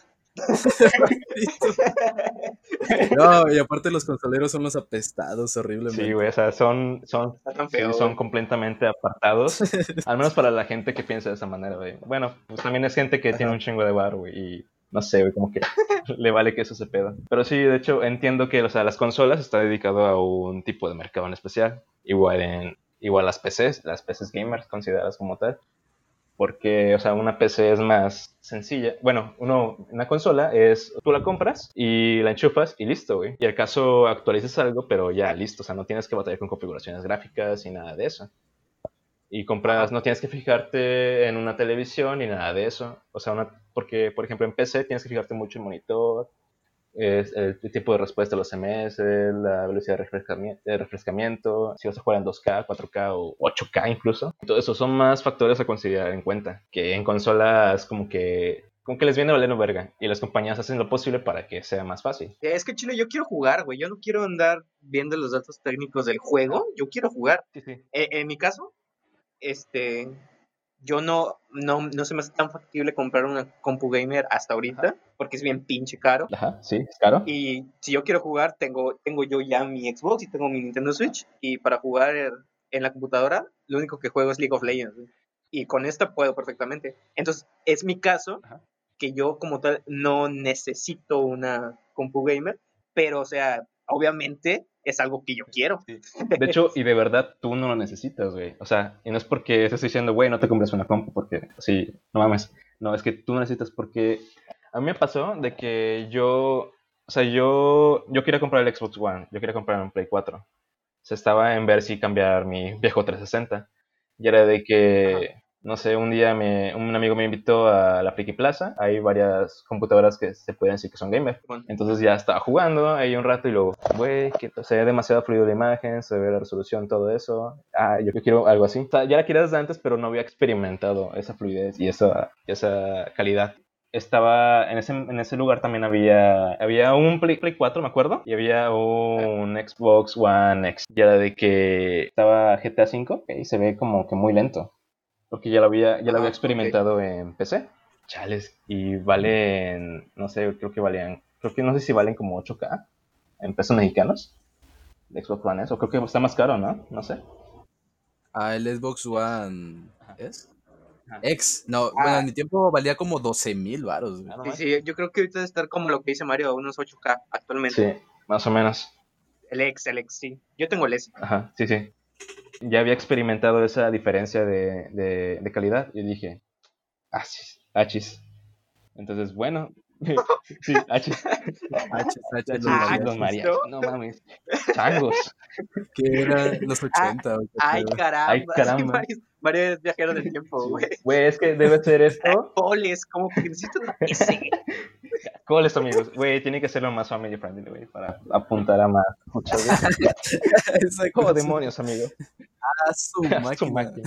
Speaker 1: No, y aparte los consoleros son los apestados horriblemente.
Speaker 3: Sí, güey, o sea, son, son,
Speaker 4: Está tan
Speaker 3: sí,
Speaker 4: feo,
Speaker 3: son
Speaker 4: güey.
Speaker 3: completamente apartados. Al menos para la gente que piensa de esa manera, güey. Bueno, pues también es gente que
Speaker 1: Ajá.
Speaker 3: tiene un chingo de bar, güey, y no sé, güey, como que le vale que eso se peda. Pero sí, de hecho, entiendo que, o sea, las consolas está dedicado a un tipo de mercado en especial. Igual en, igual las P Cs, las P Cs gamers consideradas como tal. Porque, o sea, una P C es más sencilla. Bueno, uno, una consola es, tú la compras y la enchufas y listo, güey. Y al caso actualizas algo, pero ya listo. O sea, no tienes que batallar con configuraciones gráficas y nada de eso. Y compras,
Speaker 4: Ajá.
Speaker 3: no tienes que fijarte en una televisión ni nada de eso. O sea, una, porque, por ejemplo, en P C tienes que fijarte mucho en monitor, es el tiempo de respuesta a los M S, la velocidad de refrescamiento, de refrescamiento, si vas a jugar en dos K, cuatro K o ocho K incluso. Todo eso son más factores a considerar en cuenta, que en consolas como que, como que les viene valiendo verga, y las compañías hacen lo posible para que sea más fácil.
Speaker 4: Es que chile, yo quiero jugar, güey. Yo no quiero andar viendo los datos técnicos del juego. Yo quiero jugar.
Speaker 3: Sí, sí.
Speaker 4: Eh, en mi caso, este, yo no, no, no se me hace tan factible comprar una compu gamer hasta ahorita,
Speaker 3: Ajá.
Speaker 4: porque es bien pinche caro.
Speaker 3: Ajá, sí, es caro.
Speaker 4: Y si yo quiero jugar, tengo, tengo yo ya mi Xbox y tengo mi Nintendo Switch. Y para jugar en la computadora, lo único que juego es League of Legends. ¿Sí? Y con esta puedo perfectamente. Entonces, es mi caso,
Speaker 3: Ajá.
Speaker 4: que yo como tal no necesito una compu gamer, pero o sea, obviamente es algo que yo quiero.
Speaker 3: Sí. De hecho, y de verdad, tú no lo necesitas, güey. O sea, y no es porque estés diciendo, güey, no te compres una compu, porque sí, no mames. No, es que tú no necesitas porque... A mí me pasó de que yo... O sea, yo, yo quería comprar el Xbox One, yo quería comprar un Play cuatro. O sea, estaba en ver si cambiar mi viejo trescientos sesenta. Y era de que... Ajá. No sé, un día me, un amigo me invitó a la Friki Plaza. Hay varias computadoras que se pueden decir que son gamer. Bueno. Entonces ya estaba jugando ahí un rato y luego, güey, que se ve demasiado fluido la imagen, se ve la resolución, todo eso. Ah, yo, yo quiero algo así. O sea, ya la quería desde antes, pero no había experimentado esa fluidez y esa, esa calidad. Estaba en ese, en ese lugar también había había un Play, Play cuatro, me acuerdo, y había un Xbox One X. Ya de que estaba G T A cinco y se ve como que muy lento. Porque ya lo había, ya lo había experimentado okay. en P C. Chales. Y valen, no sé, creo que valían, creo que no sé si valen como ocho K en pesos mexicanos. De Xbox One S, o creo que está más caro, ¿no? No sé.
Speaker 1: Ah, el Xbox One ¿es? X. No, ah. Bueno, en mi tiempo valía como doce mil varos.
Speaker 4: Ah, no sí, sí, yo creo que ahorita debe estar como lo que dice Mario, unos ocho K actualmente.
Speaker 3: Sí, más o menos.
Speaker 4: El X, el X, sí. Yo tengo el S.
Speaker 3: Ajá, sí, sí. Ya había experimentado esa diferencia de, de, de calidad y dije, achis, achis. Entonces, bueno, sí, achis.
Speaker 1: Achis, achis,
Speaker 3: achis, los mariachis, no mames, changos.
Speaker 1: Que era los ochenta.
Speaker 4: Ah, ay, caramba.
Speaker 3: Ay, caramba.
Speaker 4: Mario, Mario es viajero del tiempo, güey. Sí.
Speaker 3: Güey, es que debe ser esto.
Speaker 4: Coles, como que necesito una P C.
Speaker 3: Coles, amigos. Güey, tiene que ser lo más family friendly, güey, para apuntar a más. Muchas veces. Oh, demonios, amigo.
Speaker 1: Ah, su máquina. Su máquina.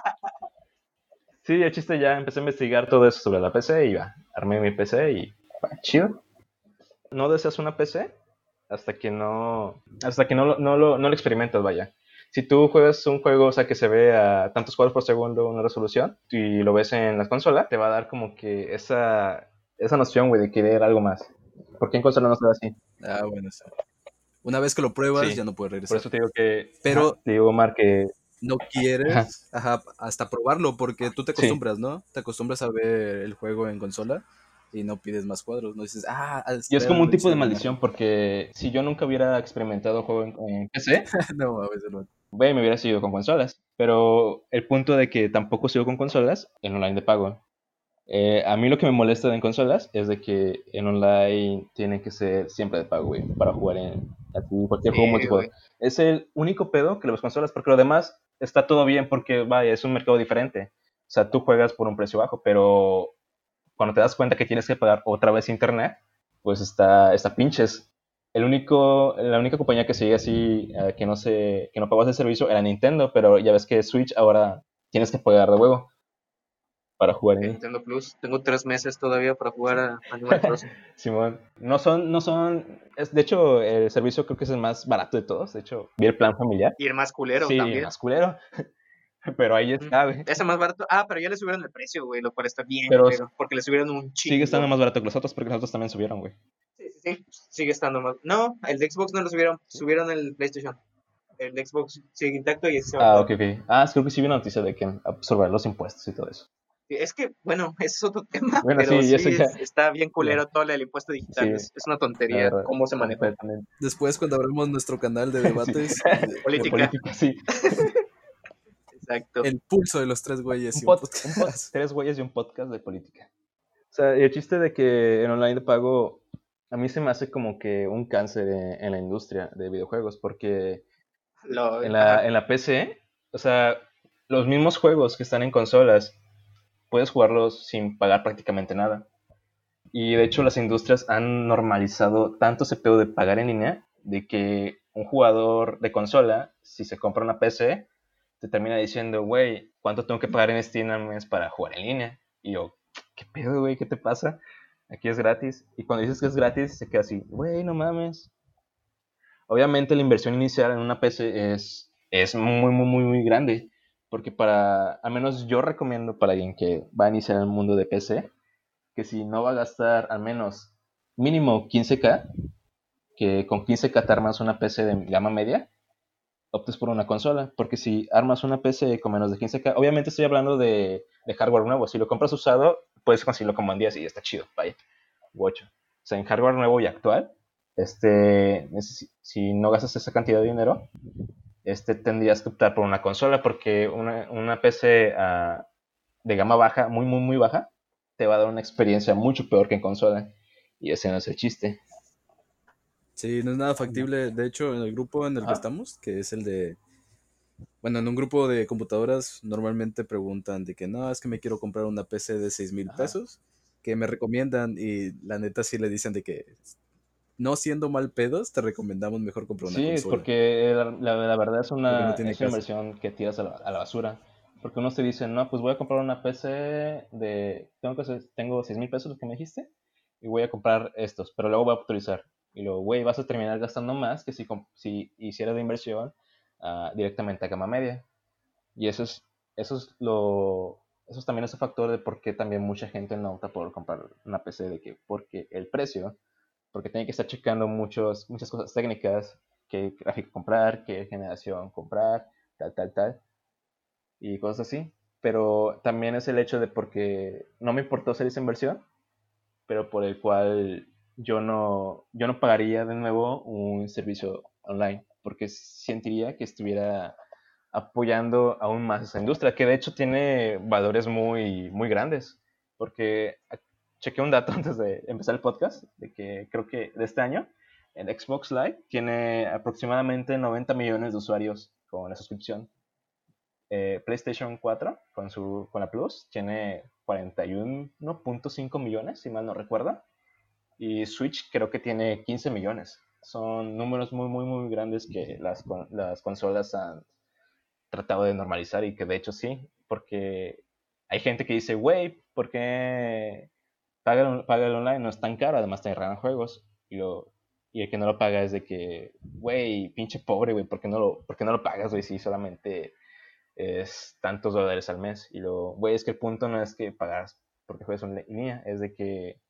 Speaker 3: Sí, el chiste ya empecé a investigar todo eso sobre la P C y va, armé mi P C y va, chido. No deseas una P C hasta que no hasta que no, no, no, lo, no lo experimentas, vaya. Si tú juegas un juego, o sea, que se ve a tantos cuadros por segundo, una resolución, y lo ves en la consola, te va a dar como que esa, esa noción, güey, de querer algo más. Porque en consola no se ve así.
Speaker 1: Ah, bueno, sí. Una vez que lo pruebas, sí, ya no puedes regresar.
Speaker 3: Por eso te digo que...
Speaker 1: Pero...
Speaker 3: Ajá, te digo, Omar, que...
Speaker 1: No quieres ajá. Ajá, hasta probarlo, porque tú te acostumbras, sí. ¿no? Te acostumbras a ver el juego en consola y no pides más cuadros, no dices, ah...
Speaker 3: Y es como un tipo de maldición, porque si yo nunca hubiera experimentado juego en, en P C,
Speaker 1: no, a veces no.
Speaker 3: Güey, me hubiera seguido con consolas. Pero el punto de que tampoco sigo con consolas, en online de pago. Eh, a mí lo que me molesta en consolas es de que en online tiene que ser siempre de pago, güey, para jugar en cualquier sí, juego multijugador. Güey. Es el único pedo que las consolas, porque lo demás está todo bien porque, vaya, es un mercado diferente. O sea, tú juegas por un precio bajo, pero cuando te das cuenta que tienes que pagar otra vez internet, pues está, está pinches. El único, la única compañía que sigue así, uh, que no se, que no pagó ese servicio era Nintendo, pero ya ves que Switch ahora tienes que pagar de huevo para jugar en
Speaker 4: Nintendo Plus. Tengo tres meses todavía para jugar a Animal Crossing.
Speaker 3: Simón, no son, no son, es, de hecho el servicio creo que es el más barato de todos, de hecho, vi el plan familiar.
Speaker 4: Y el más culero
Speaker 3: sí,
Speaker 4: también.
Speaker 3: Sí, el más culero. Pero ahí está, güey.
Speaker 4: Ese más barato. Ah, pero ya le subieron el precio, güey, lo cual está bien, pero culero, porque le subieron un chingo.
Speaker 3: Sigue estando más barato que los otros porque los otros también subieron, güey.
Speaker 4: Sí, sí, sí, sigue estando más. No, el de Xbox no lo subieron, ¿sí? Subieron el PlayStation. El de Xbox sigue intacto y ese se va
Speaker 3: Ah, ok, ok. Ah, creo que sí vi una noticia de que absorber los impuestos y todo eso.
Speaker 4: Es que, bueno, ese es otro tema,
Speaker 3: bueno,
Speaker 4: pero
Speaker 3: sí,
Speaker 4: sí
Speaker 3: ya...
Speaker 4: es, está bien culero yeah. todo el impuesto digital. Sí. Es, es una tontería verdad, cómo se maneja.
Speaker 1: Después, cuando abramos nuestro canal de debates
Speaker 3: sí. de, política. De política, sí.
Speaker 4: Exacto.
Speaker 1: El pulso de los tres güeyes
Speaker 3: un
Speaker 1: y
Speaker 3: pod, un podcast. Un pod, tres güeyes y un podcast de política. O sea, el chiste de que en online de pago a mí se me hace como que un cáncer en, en la industria de videojuegos porque
Speaker 4: Lo,
Speaker 3: en, la, en la P C, o sea, los mismos juegos que están en consolas puedes jugarlos sin pagar prácticamente nada. Y de hecho las industrias han normalizado tanto ese pedo de pagar en línea, de que un jugador de consola, si se compra una P C, te termina diciendo, güey, ¿cuánto tengo que pagar en Steam al mes para jugar en línea? Y yo, ¿qué pedo, güey? ¿Qué te pasa? Aquí es gratis. Y cuando dices que es gratis, se queda así, güey, no mames. Obviamente la inversión inicial en una P C es, es muy, muy, muy, muy grande. Porque para, al menos yo recomiendo para alguien que va a iniciar el mundo de P C, que si no va a gastar al menos mínimo quince K, que con quince K te armas una P C de gama media, optes por una consola. Porque si armas una P C con menos de quince K, obviamente estoy hablando de, de hardware nuevo. Si lo compras usado, puedes conseguirlo como en diez y está chido, vaya, u ocho. O sea, en hardware nuevo y actual, este, si no gastas esa cantidad de dinero, este, tendrías que optar por una consola porque una, una P C uh, de gama baja, muy, muy, muy baja, te va a dar una experiencia mucho peor que en consola. Y ese no es el chiste.
Speaker 1: Sí, no es nada factible. De hecho, en el grupo en el que
Speaker 3: Ajá.
Speaker 1: estamos, que es el de... Bueno, en un grupo de computadoras normalmente preguntan de que no, es que me quiero comprar una P C de seis mil
Speaker 3: Ajá.
Speaker 1: pesos, que me recomiendan y la neta sí le dicen de que no siendo mal pedos, te recomendamos mejor comprar una
Speaker 3: Sí,
Speaker 1: consola.
Speaker 3: porque la, la, la verdad es
Speaker 1: Porque
Speaker 3: una,
Speaker 1: no tiene
Speaker 3: es una
Speaker 1: caso.
Speaker 3: inversión que tiras a la, a la basura. Porque unos te dicen, no, pues voy a comprar una P C de, tengo, que, tengo seis mil pesos, lo que me dijiste, y voy a comprar estos, pero luego voy a utilizar. Y luego, güey, vas a terminar gastando más que si, si hicieras la inversión uh, directamente a gama media. Y eso es, eso es lo, eso es también ese factor de por qué también mucha gente no opta por comprar una P C, de que porque el precio, porque tiene que estar checando muchos, muchas cosas técnicas, qué gráfico comprar, qué generación comprar, tal, tal, tal, y cosas así. Pero también es el hecho de porque no me importó hacer esa inversión, pero por el cual yo no, yo no pagaría de nuevo un servicio online, porque sentiría que estuviera apoyando aún más esa industria, que de hecho tiene valores muy, muy grandes, porque chequé un dato antes de empezar el podcast, de que creo que de este año, el Xbox Live tiene aproximadamente noventa millones de usuarios con la suscripción. Eh, PlayStation cuatro, con, su, con la Plus, tiene cuarenta y uno punto cinco millones, si mal no recuerdo, y Switch creo que tiene quince millones. Son números muy, muy, muy grandes que las, las consolas han tratado de normalizar y que de hecho sí, porque hay gente que dice, güey, ¿por qué paga, paga el online? No es tan caro, además te regalan juegos. Y, lo, y el que no lo paga es de que, güey, pinche pobre, güey, ¿por qué no lo, por qué no lo pagas, güey, si solamente es tantos dólares al mes? Y lo, güey, es que el punto no es que pagas porque juegas en línea, es de que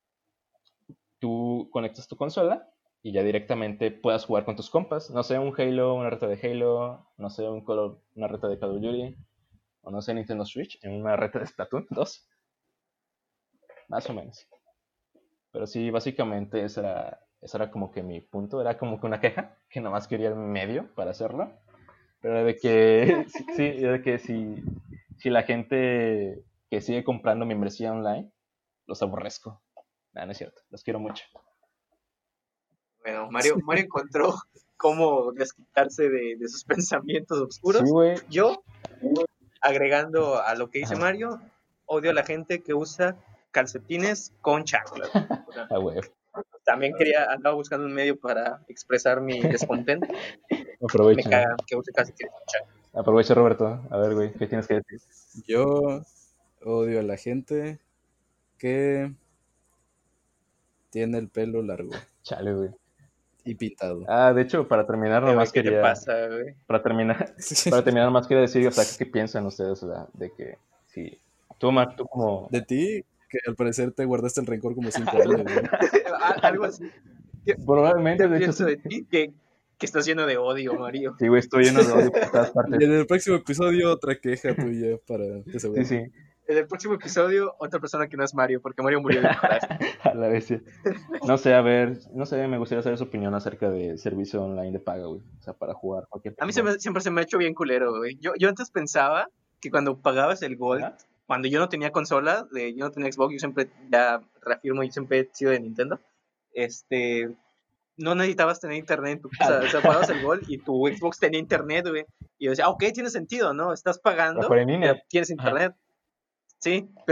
Speaker 3: tú conectas tu consola y ya directamente puedas jugar con tus compas. No sé, un Halo, una reta de Halo, no sé, un Call of, una reta de Call of Duty, o no sé, Nintendo Switch, en una reta de Splatoon dos, más o menos. Pero sí, básicamente ese era, ese era como que mi punto, era como que una queja, que nomás quería el medio para hacerlo. Pero de que, sí, de que si, si la gente que sigue comprando membresía online, los aborrezco. Nah, no es cierto, los quiero mucho.
Speaker 4: Bueno, Mario, Mario encontró cómo desquitarse de, de sus pensamientos oscuros.
Speaker 3: Sí, güey.
Speaker 4: Yo, agregando a lo que dice
Speaker 3: Ajá.
Speaker 4: Mario, odio a la gente que usa calcetines con chanclas. O sea,
Speaker 3: ah, güey.
Speaker 4: También quería, andaba buscando un medio para expresar mi descontento.
Speaker 3: Aprovecha.
Speaker 4: Me cagan que use calcetines con chanclas.
Speaker 3: Aprovecha, Roberto. A ver, güey, ¿qué tienes que decir?
Speaker 1: Yo odio a la gente que tiene el pelo largo.
Speaker 3: Chale, güey.
Speaker 1: Y pintado.
Speaker 3: Ah, de hecho, para terminar,
Speaker 4: Eh,
Speaker 3: nomás
Speaker 4: ¿Qué
Speaker 3: quería.
Speaker 4: te pasa, güey?
Speaker 3: Para terminar, para terminar, nomás quería decir, o sea, ¿qué piensan ustedes, o sea, de que si tú, Mar, tú como.
Speaker 1: De ti, que al parecer te guardaste el rencor como cinco años, güey.
Speaker 4: Algo así. ¿Qué,
Speaker 3: Probablemente,
Speaker 4: qué
Speaker 3: de hecho,
Speaker 4: pienso
Speaker 3: sí.
Speaker 4: de ti? Que, que estás lleno de odio, Mario.
Speaker 3: Sí, güey, estoy lleno de odio por todas partes.
Speaker 1: Y en el próximo episodio, otra queja tuya para que se vea.
Speaker 3: Sí, sí.
Speaker 4: En el próximo episodio, otra persona que no es Mario, porque Mario murió de coraje.
Speaker 3: A la vez, sí. No sé, a ver, no sé, me gustaría saber su opinión acerca del servicio online de paga, güey. O sea, para jugar cualquier
Speaker 4: A mí se me, siempre se me ha hecho bien culero, güey. Yo, yo antes pensaba que cuando pagabas el Gold,
Speaker 3: Ajá.
Speaker 4: cuando yo no tenía consola, de, yo no tenía Xbox, yo siempre, ya reafirmo, yo siempre he sido de Nintendo, este, no necesitabas tener internet en tu casa. O sea, pagabas el Gold y tu Xbox tenía internet, güey. Y yo decía, ah, ok, tiene sentido, ¿no? Estás
Speaker 3: Para
Speaker 4: pagando,
Speaker 3: jugar en
Speaker 4: pero
Speaker 3: línea.
Speaker 4: tienes internet.
Speaker 3: Ajá.
Speaker 4: Sí, pero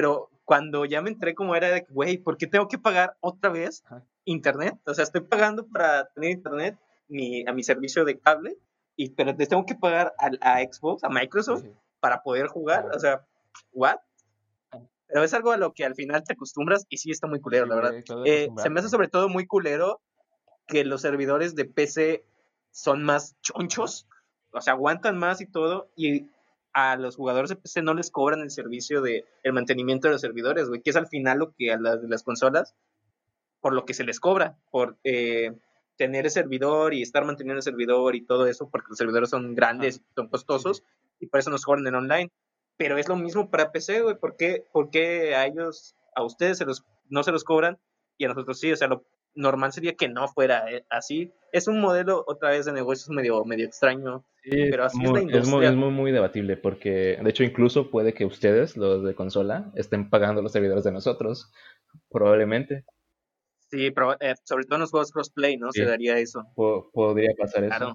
Speaker 4: cuando ya me entré como era de, güey, ¿por qué tengo que pagar otra vez
Speaker 3: Ajá.
Speaker 4: internet? O sea, estoy pagando para tener internet mi, a mi servicio de cable, y, pero les tengo que pagar a, a Xbox, a Microsoft,
Speaker 3: Sí.
Speaker 4: para poder jugar.
Speaker 3: Ajá.
Speaker 4: O sea, ¿what?
Speaker 3: Ajá.
Speaker 4: Pero es algo a lo que al final te acostumbras y sí está muy culero,
Speaker 3: Sí,
Speaker 4: la verdad.
Speaker 3: güey, claro,
Speaker 4: Eh, se me hace
Speaker 3: acostumbrarte.
Speaker 4: sobre todo muy culero que los servidores de P C son más chonchos, o sea, aguantan más y todo, y a los jugadores de P C no les cobran el servicio de el mantenimiento de los servidores, güey, que es al final lo que a las, las consolas, por lo que se les cobra, por eh, tener el servidor y estar manteniendo el servidor y todo eso, porque los servidores son grandes,
Speaker 3: Ajá.
Speaker 4: son costosos,
Speaker 3: Sí,
Speaker 4: y por eso nos cobran en online. Pero es lo mismo para P C, güey, ¿por qué, por qué a ellos, a ustedes se los, no se los cobran y a nosotros sí? O sea, lo normal sería que no fuera eh, así. Es un modelo, otra vez, de negocios medio, medio extraño,
Speaker 3: sí,
Speaker 4: pero
Speaker 3: es
Speaker 4: así es la
Speaker 3: muy, es muy, es
Speaker 4: industria.
Speaker 3: muy, muy debatible porque, de hecho, incluso puede que ustedes, los de consola, estén pagando los servidores de nosotros, probablemente.
Speaker 4: Sí, pero eh, sobre todo en los juegos crossplay, ¿no? Se
Speaker 3: Sí,
Speaker 4: daría eso.
Speaker 3: po- podría pasar eso.
Speaker 4: Claro,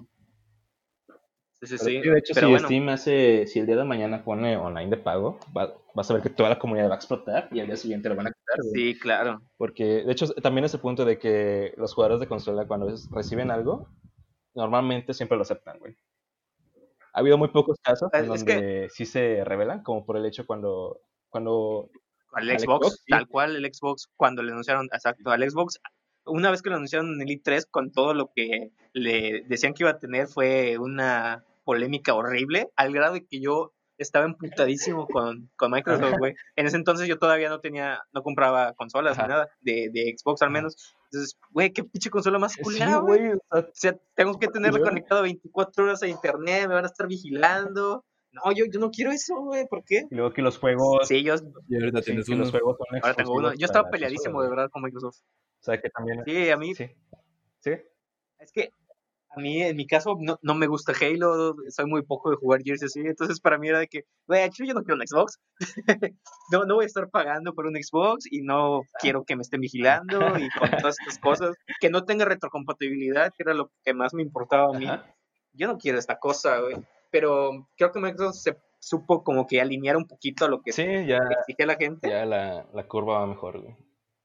Speaker 4: sí, sí,
Speaker 3: Pero
Speaker 4: sí.
Speaker 3: sí, de hecho,
Speaker 4: Pero
Speaker 3: si
Speaker 4: bueno,
Speaker 3: Steam hace, si el día de mañana pone online de pago, va- vas a ver que toda la comunidad va a explotar y al día siguiente lo van a quitar, güey.
Speaker 4: sí, claro.
Speaker 3: Porque, de hecho, también es el punto de que los jugadores de consola, cuando es- reciben algo, normalmente siempre lo aceptan, güey. Ha habido muy pocos casos en
Speaker 4: Es es que
Speaker 3: donde sí se revelan, como por el hecho cuando, cuando
Speaker 4: al
Speaker 3: al Xbox,
Speaker 4: Xbox,
Speaker 3: sí,
Speaker 4: tal cual el Xbox, cuando le anunciaron, exacto, al Xbox, una vez que lo anunciaron en el E tres, con todo lo que le decían que iba a tener, fue una polémica horrible, al grado de que yo estaba emputadísimo con, con Microsoft,
Speaker 3: ajá,
Speaker 4: güey. En ese entonces yo todavía no tenía, no compraba consolas ni
Speaker 3: ajá,
Speaker 4: nada, de, de Xbox al
Speaker 3: ajá.
Speaker 4: menos. Entonces, güey, qué pinche consola más
Speaker 3: Sí,
Speaker 4: culera, güey.
Speaker 3: güey, o sea,
Speaker 4: O sea, tengo que
Speaker 3: súper
Speaker 4: tenerlo
Speaker 3: culero.
Speaker 4: conectado veinticuatro horas a internet, me van a estar vigilando. No, yo, yo no quiero eso, güey, ¿por qué?
Speaker 3: Y luego que los juegos,
Speaker 4: Sí, yo,
Speaker 1: Y ahorita
Speaker 3: sí,
Speaker 1: tienes
Speaker 3: que los
Speaker 1: uno.
Speaker 3: juegos son
Speaker 4: ahora tengo uno.
Speaker 3: exclusivos
Speaker 4: Yo
Speaker 3: para
Speaker 4: estaba
Speaker 3: las consolas,
Speaker 4: peleadísimo de
Speaker 3: güey.
Speaker 4: verdad con Microsoft.
Speaker 3: O sea que también,
Speaker 4: Sí, a mí,
Speaker 3: sí, sí,
Speaker 4: es que a mí en mi caso no, no me gusta Halo, soy muy poco de jugar Gears así, entonces para mí era de que, güey, actually yo no quiero un Xbox, no, no voy a estar pagando por un Xbox y no quiero que me estén vigilando y con todas estas cosas, que no tenga retrocompatibilidad, que era lo que más me importaba a mí.
Speaker 3: ajá.
Speaker 4: Yo no quiero esta cosa, güey, pero creo que Microsoft se supo como que alinear un poquito a lo que
Speaker 3: Sí, ya,
Speaker 4: exige la gente.
Speaker 3: ya la, la curva va mejor, güey.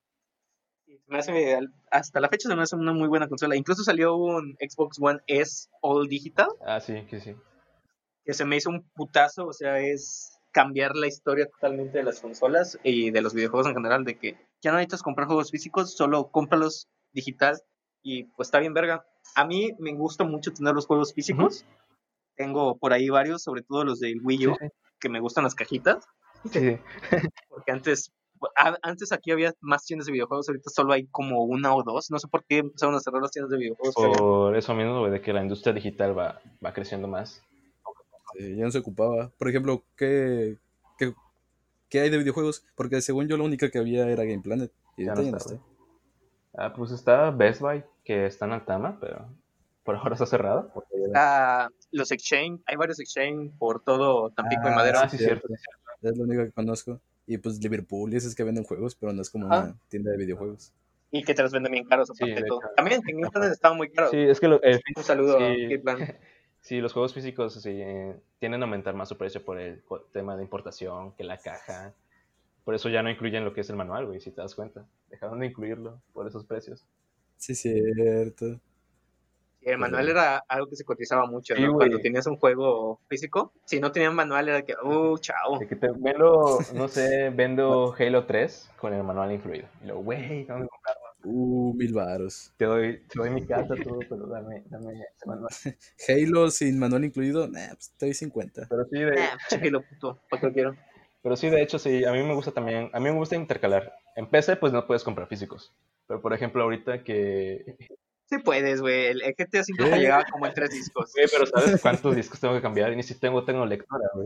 Speaker 4: Y se me hace, hasta la fecha se me hace una muy buena consola. Incluso salió un Xbox One S All Digital,
Speaker 3: Ah, sí, que sí.
Speaker 4: que se me hizo un putazo, o sea, es cambiar la historia totalmente de las consolas y de los videojuegos en general, de que ya no necesitas comprar juegos físicos, solo cómpralos digital y pues está bien verga. A mí me gusta mucho tener los juegos
Speaker 3: Ujú.
Speaker 4: físicos, tengo por ahí varios, sobre todo los del Wii
Speaker 3: Sí,
Speaker 4: U,
Speaker 3: sí,
Speaker 4: que me gustan las cajitas,
Speaker 3: sí,
Speaker 4: porque antes, a- antes aquí había más tiendas de videojuegos, ahorita solo hay como una o dos, no sé por qué empezaron a cerrar las tiendas de videojuegos que había.
Speaker 3: por eso mismo, güey, de que la industria digital va, va creciendo más.
Speaker 1: Sí, ya no se ocupaba. Por ejemplo, ¿qué, qué, qué hay de videojuegos? Porque según yo la única que había era Game Planet. Y
Speaker 3: Ya no
Speaker 1: ahorita ya no
Speaker 3: está, güey.
Speaker 1: está.
Speaker 3: Ah, pues está Best Buy, que está en Altama, pero por ahora está cerrado. porque ya-
Speaker 4: Está los Exchange, hay varios Exchange por todo Tampico y
Speaker 1: Ah,
Speaker 4: Madero.
Speaker 3: Ah,
Speaker 1: sí,
Speaker 3: sí,
Speaker 1: cierto.
Speaker 3: cierto, sí, cierto.
Speaker 1: Es lo único que conozco. Y pues Liverpool, y esos que venden juegos, pero no es como
Speaker 3: Ajá.
Speaker 1: una tienda de videojuegos.
Speaker 4: Y que te los venden bien caros
Speaker 3: Sí,
Speaker 4: aparte de
Speaker 3: de
Speaker 4: todo.
Speaker 3: hecho.
Speaker 4: También en Internet
Speaker 3: Aparte.
Speaker 4: estaban muy
Speaker 3: Sí,
Speaker 4: caros.
Speaker 3: es que lo- el
Speaker 4: Un
Speaker 3: fí-
Speaker 4: saludo a
Speaker 3: sí,
Speaker 4: Kirkland.
Speaker 3: sí, los juegos físicos sí, eh, tienden a aumentar más su precio por el co- tema de importación, que la caja. Por eso ya no incluyen lo que es el manual, güey, si te das cuenta. Dejaron de incluirlo por esos precios.
Speaker 1: Sí, cierto.
Speaker 4: Y el manual
Speaker 1: Pero
Speaker 4: era algo que se cotizaba mucho,
Speaker 3: Sí,
Speaker 4: ¿no? Cuando
Speaker 3: güey.
Speaker 4: tenías un juego físico, si no tenían manual era que, uh, chao.
Speaker 3: De que te vendo, no sé, vendo Halo tres con el manual incluido. Y luego, güey, ¿dónde comprar?
Speaker 1: Uh, mil varos.
Speaker 3: Te doy, te doy mi casa, todo, pero dame, dame ese manual.
Speaker 1: Halo sin manual incluido, nah, pues te doy cincuenta.
Speaker 3: Pero sí, de,
Speaker 4: Nah, pinche Halo puto, ¿para qué lo quiero?
Speaker 3: pero sí, de hecho, sí, a mí me gusta también, a mí me gusta intercalar. En P C, pues no puedes comprar físicos. Pero, por ejemplo, ahorita que...
Speaker 4: Sí puedes, güey. El, el G T A cinco te
Speaker 1: ¿Qué?
Speaker 4: llegaba como en tres discos.
Speaker 3: Güey, pero ¿sabes cuántos discos tengo que cambiar? Y ni si tengo, tengo lectora, güey.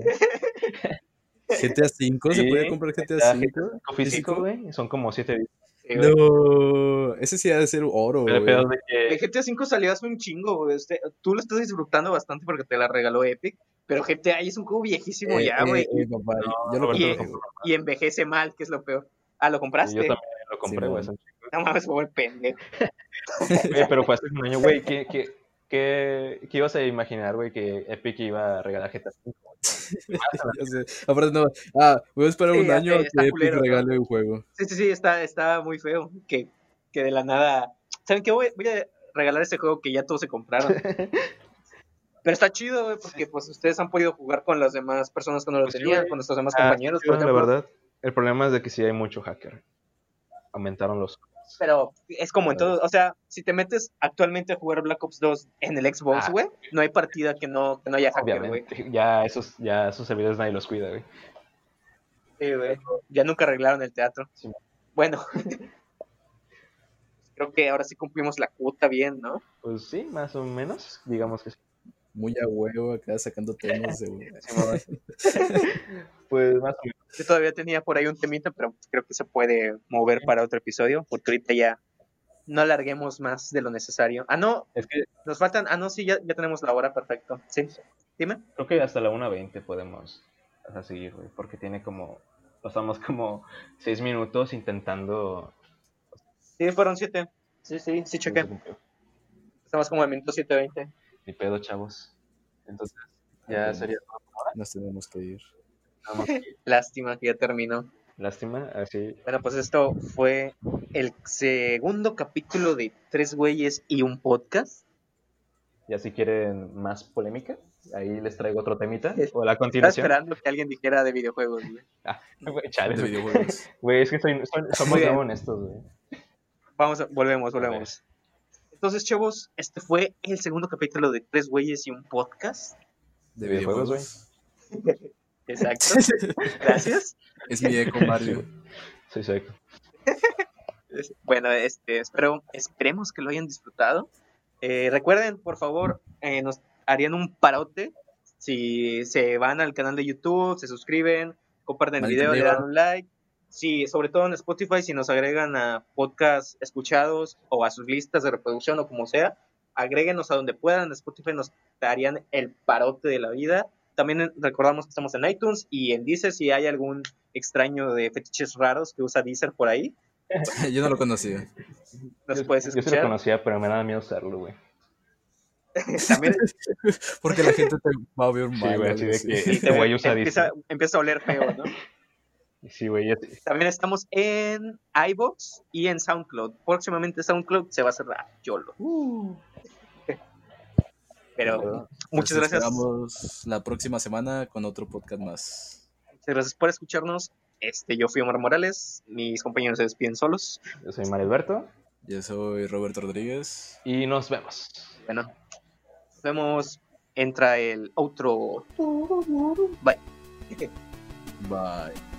Speaker 1: G T A cinco, ¿se podía
Speaker 3: Sí,
Speaker 1: comprar G T A
Speaker 3: está G T A
Speaker 1: cinco
Speaker 3: cinco físico,
Speaker 1: físico?
Speaker 3: güey. Son como siete discos.
Speaker 4: Sí, güey.
Speaker 1: No, ese sí ha de ser oro,
Speaker 3: Pero el pedo
Speaker 1: güey.
Speaker 3: de
Speaker 4: El
Speaker 3: que...
Speaker 4: G T A cinco salió hace un chingo, güey. Este, tú lo estás disfrutando bastante porque te la regaló Epic, pero G T A es un juego viejísimo
Speaker 1: Eh,
Speaker 4: ya,
Speaker 1: eh,
Speaker 4: güey.
Speaker 1: eh, papá, yo lo
Speaker 3: Roberto
Speaker 4: Y,
Speaker 3: lo
Speaker 1: compré,
Speaker 3: compró.
Speaker 1: güey.
Speaker 4: y envejece mal, que es lo peor. Ah, ¿lo
Speaker 3: Sí, yo
Speaker 4: compraste?
Speaker 3: también lo compré, güey.
Speaker 1: Simón.
Speaker 3: Son chingos.
Speaker 4: No mames, pobre pendejo.
Speaker 3: Oye, pero fue hace un año, güey. ¿Qué, qué, qué, qué ibas a imaginar, güey, que Epic iba a regalar G T A cinco?
Speaker 1: Ya sé. Aparte, no. Ah, voy a esperar
Speaker 4: Sí,
Speaker 1: un
Speaker 4: ya
Speaker 1: año
Speaker 4: sé,
Speaker 1: a
Speaker 4: está
Speaker 1: que Epic
Speaker 4: culero, ¿no?
Speaker 1: regale un juego.
Speaker 4: Sí, sí, sí, está, está muy feo que, que de la nada... ¿Saben qué? Voy, voy a regalar ese juego que ya todos se compraron. Pero está chido, güey, porque pues ustedes han podido jugar con las demás personas que no lo
Speaker 3: Pues sí,
Speaker 4: tenían,
Speaker 3: güey.
Speaker 4: con nuestros demás
Speaker 3: Ah,
Speaker 4: compañeros,
Speaker 3: sí,
Speaker 4: por
Speaker 3: la
Speaker 4: ejemplo.
Speaker 3: verdad. El problema es de que sí hay mucho hacker. Aumentaron los...
Speaker 4: Pero es como en todo, o sea, si te metes actualmente a jugar Black Ops dos en el Xbox,
Speaker 3: Ah,
Speaker 4: güey, no hay partida que no, que no haya hacker, güey.
Speaker 3: obviamente. Ya esos, ya esos servidores nadie los cuida, güey.
Speaker 4: Sí, güey. Ya nunca arreglaron el teatro.
Speaker 3: Sí.
Speaker 4: Bueno, creo que ahora sí cumplimos la cuota bien, ¿no?
Speaker 3: Pues sí, más o menos. Digamos que sí.
Speaker 1: Muy a huevo acá sacando temas de...
Speaker 3: Sí, mamá. Pues más o menos.
Speaker 4: Yo todavía tenía por ahí un temita, pero creo que se puede mover para otro episodio, porque ahorita ya no alarguemos más de lo necesario. Ah, no,
Speaker 3: Es que
Speaker 4: nos faltan, ah, no, sí, ya, ya tenemos la hora, perfecto. Sí, dime.
Speaker 3: creo que hasta la una veinte podemos o sea, seguir, güey. Porque tiene como... Pasamos como seis minutos intentando...
Speaker 4: Sí, fueron siete. Sí, sí, sí,
Speaker 3: Sí,
Speaker 4: chequé.
Speaker 3: se cumplió.
Speaker 4: Estamos como en el minuto siete veinte.
Speaker 3: Ni pedo, chavos. Entonces, ya
Speaker 1: Ok,
Speaker 3: sería todo por ahora.
Speaker 1: nos tenemos que ir.
Speaker 3: Nada más que
Speaker 4: Lástima que ya terminó.
Speaker 3: lástima, así.
Speaker 4: Bueno, pues esto fue el segundo capítulo de Tres Güeyes y un Podcast.
Speaker 3: Ya si quieren más polémica, ahí les traigo otro temita. O la
Speaker 4: Estaba
Speaker 3: continuación.
Speaker 4: esperando que alguien dijera de videojuegos, güey.
Speaker 3: Ah, güey, chale.
Speaker 1: De
Speaker 3: güey.
Speaker 1: videojuegos.
Speaker 3: Güey, es que soy, soy- somos
Speaker 4: Muy bien.
Speaker 3: nuevos en estos, güey.
Speaker 4: Vamos, a- volvemos,
Speaker 3: A ver.
Speaker 4: volvemos. Entonces, chavos, este fue el segundo capítulo de Tres Güeyes y un Podcast.
Speaker 1: De
Speaker 3: De videojuegos,
Speaker 1: videojuegos.
Speaker 4: Exacto. Gracias.
Speaker 1: Es mi eco, Mario.
Speaker 3: Soy seco.
Speaker 4: Es- Bueno, este, espero, esperemos que lo hayan disfrutado. Eh, recuerden, por favor, eh, nos harían un parote si se van al canal de YouTube, se suscriben, comparten el
Speaker 1: Manita
Speaker 4: video, le
Speaker 1: arriba.
Speaker 4: dan un like. Sí, sobre todo en Spotify, si nos agregan a podcasts escuchados o a sus listas de reproducción o como sea, agréguenos a donde puedan. En Spotify nos darían el parote de la vida. También eh, recordamos que estamos en iTunes y en Deezer si hay algún extraño de fetiches raros que usa Deezer por ahí,
Speaker 1: Yo no lo conocía.
Speaker 4: nos
Speaker 3: Yo,
Speaker 4: puedes
Speaker 3: yo sí lo
Speaker 4: escuchar.
Speaker 3: conocía, pero me daba miedo usarlo, güey.
Speaker 4: También
Speaker 1: Porque la gente te va a ver
Speaker 3: Sí,
Speaker 1: mal.
Speaker 3: güey,
Speaker 1: o
Speaker 3: así
Speaker 1: algo
Speaker 3: de
Speaker 1: así.
Speaker 3: que
Speaker 4: sí,
Speaker 3: este
Speaker 4: te
Speaker 3: güey usa
Speaker 4: empieza,
Speaker 3: Disney.
Speaker 4: empieza a oler feo, ¿no?
Speaker 3: Sí, güey, ya-
Speaker 4: También estamos en iVoox y en SoundCloud. Próximamente SoundCloud se va a cerrar, YOLO. Pero
Speaker 1: Bueno,
Speaker 4: muchas
Speaker 1: pues
Speaker 4: gracias.
Speaker 1: esperamos la próxima semana con otro podcast más.
Speaker 4: Muchas gracias por escucharnos. Este, yo fui Omar Morales, mis compañeros se despiden solos.
Speaker 3: yo soy Mario Alberto
Speaker 1: Yo soy Roberto Rodríguez.
Speaker 3: y nos vemos.
Speaker 4: Bueno, nos vemos. Entra el outro. Bye.
Speaker 1: Bye.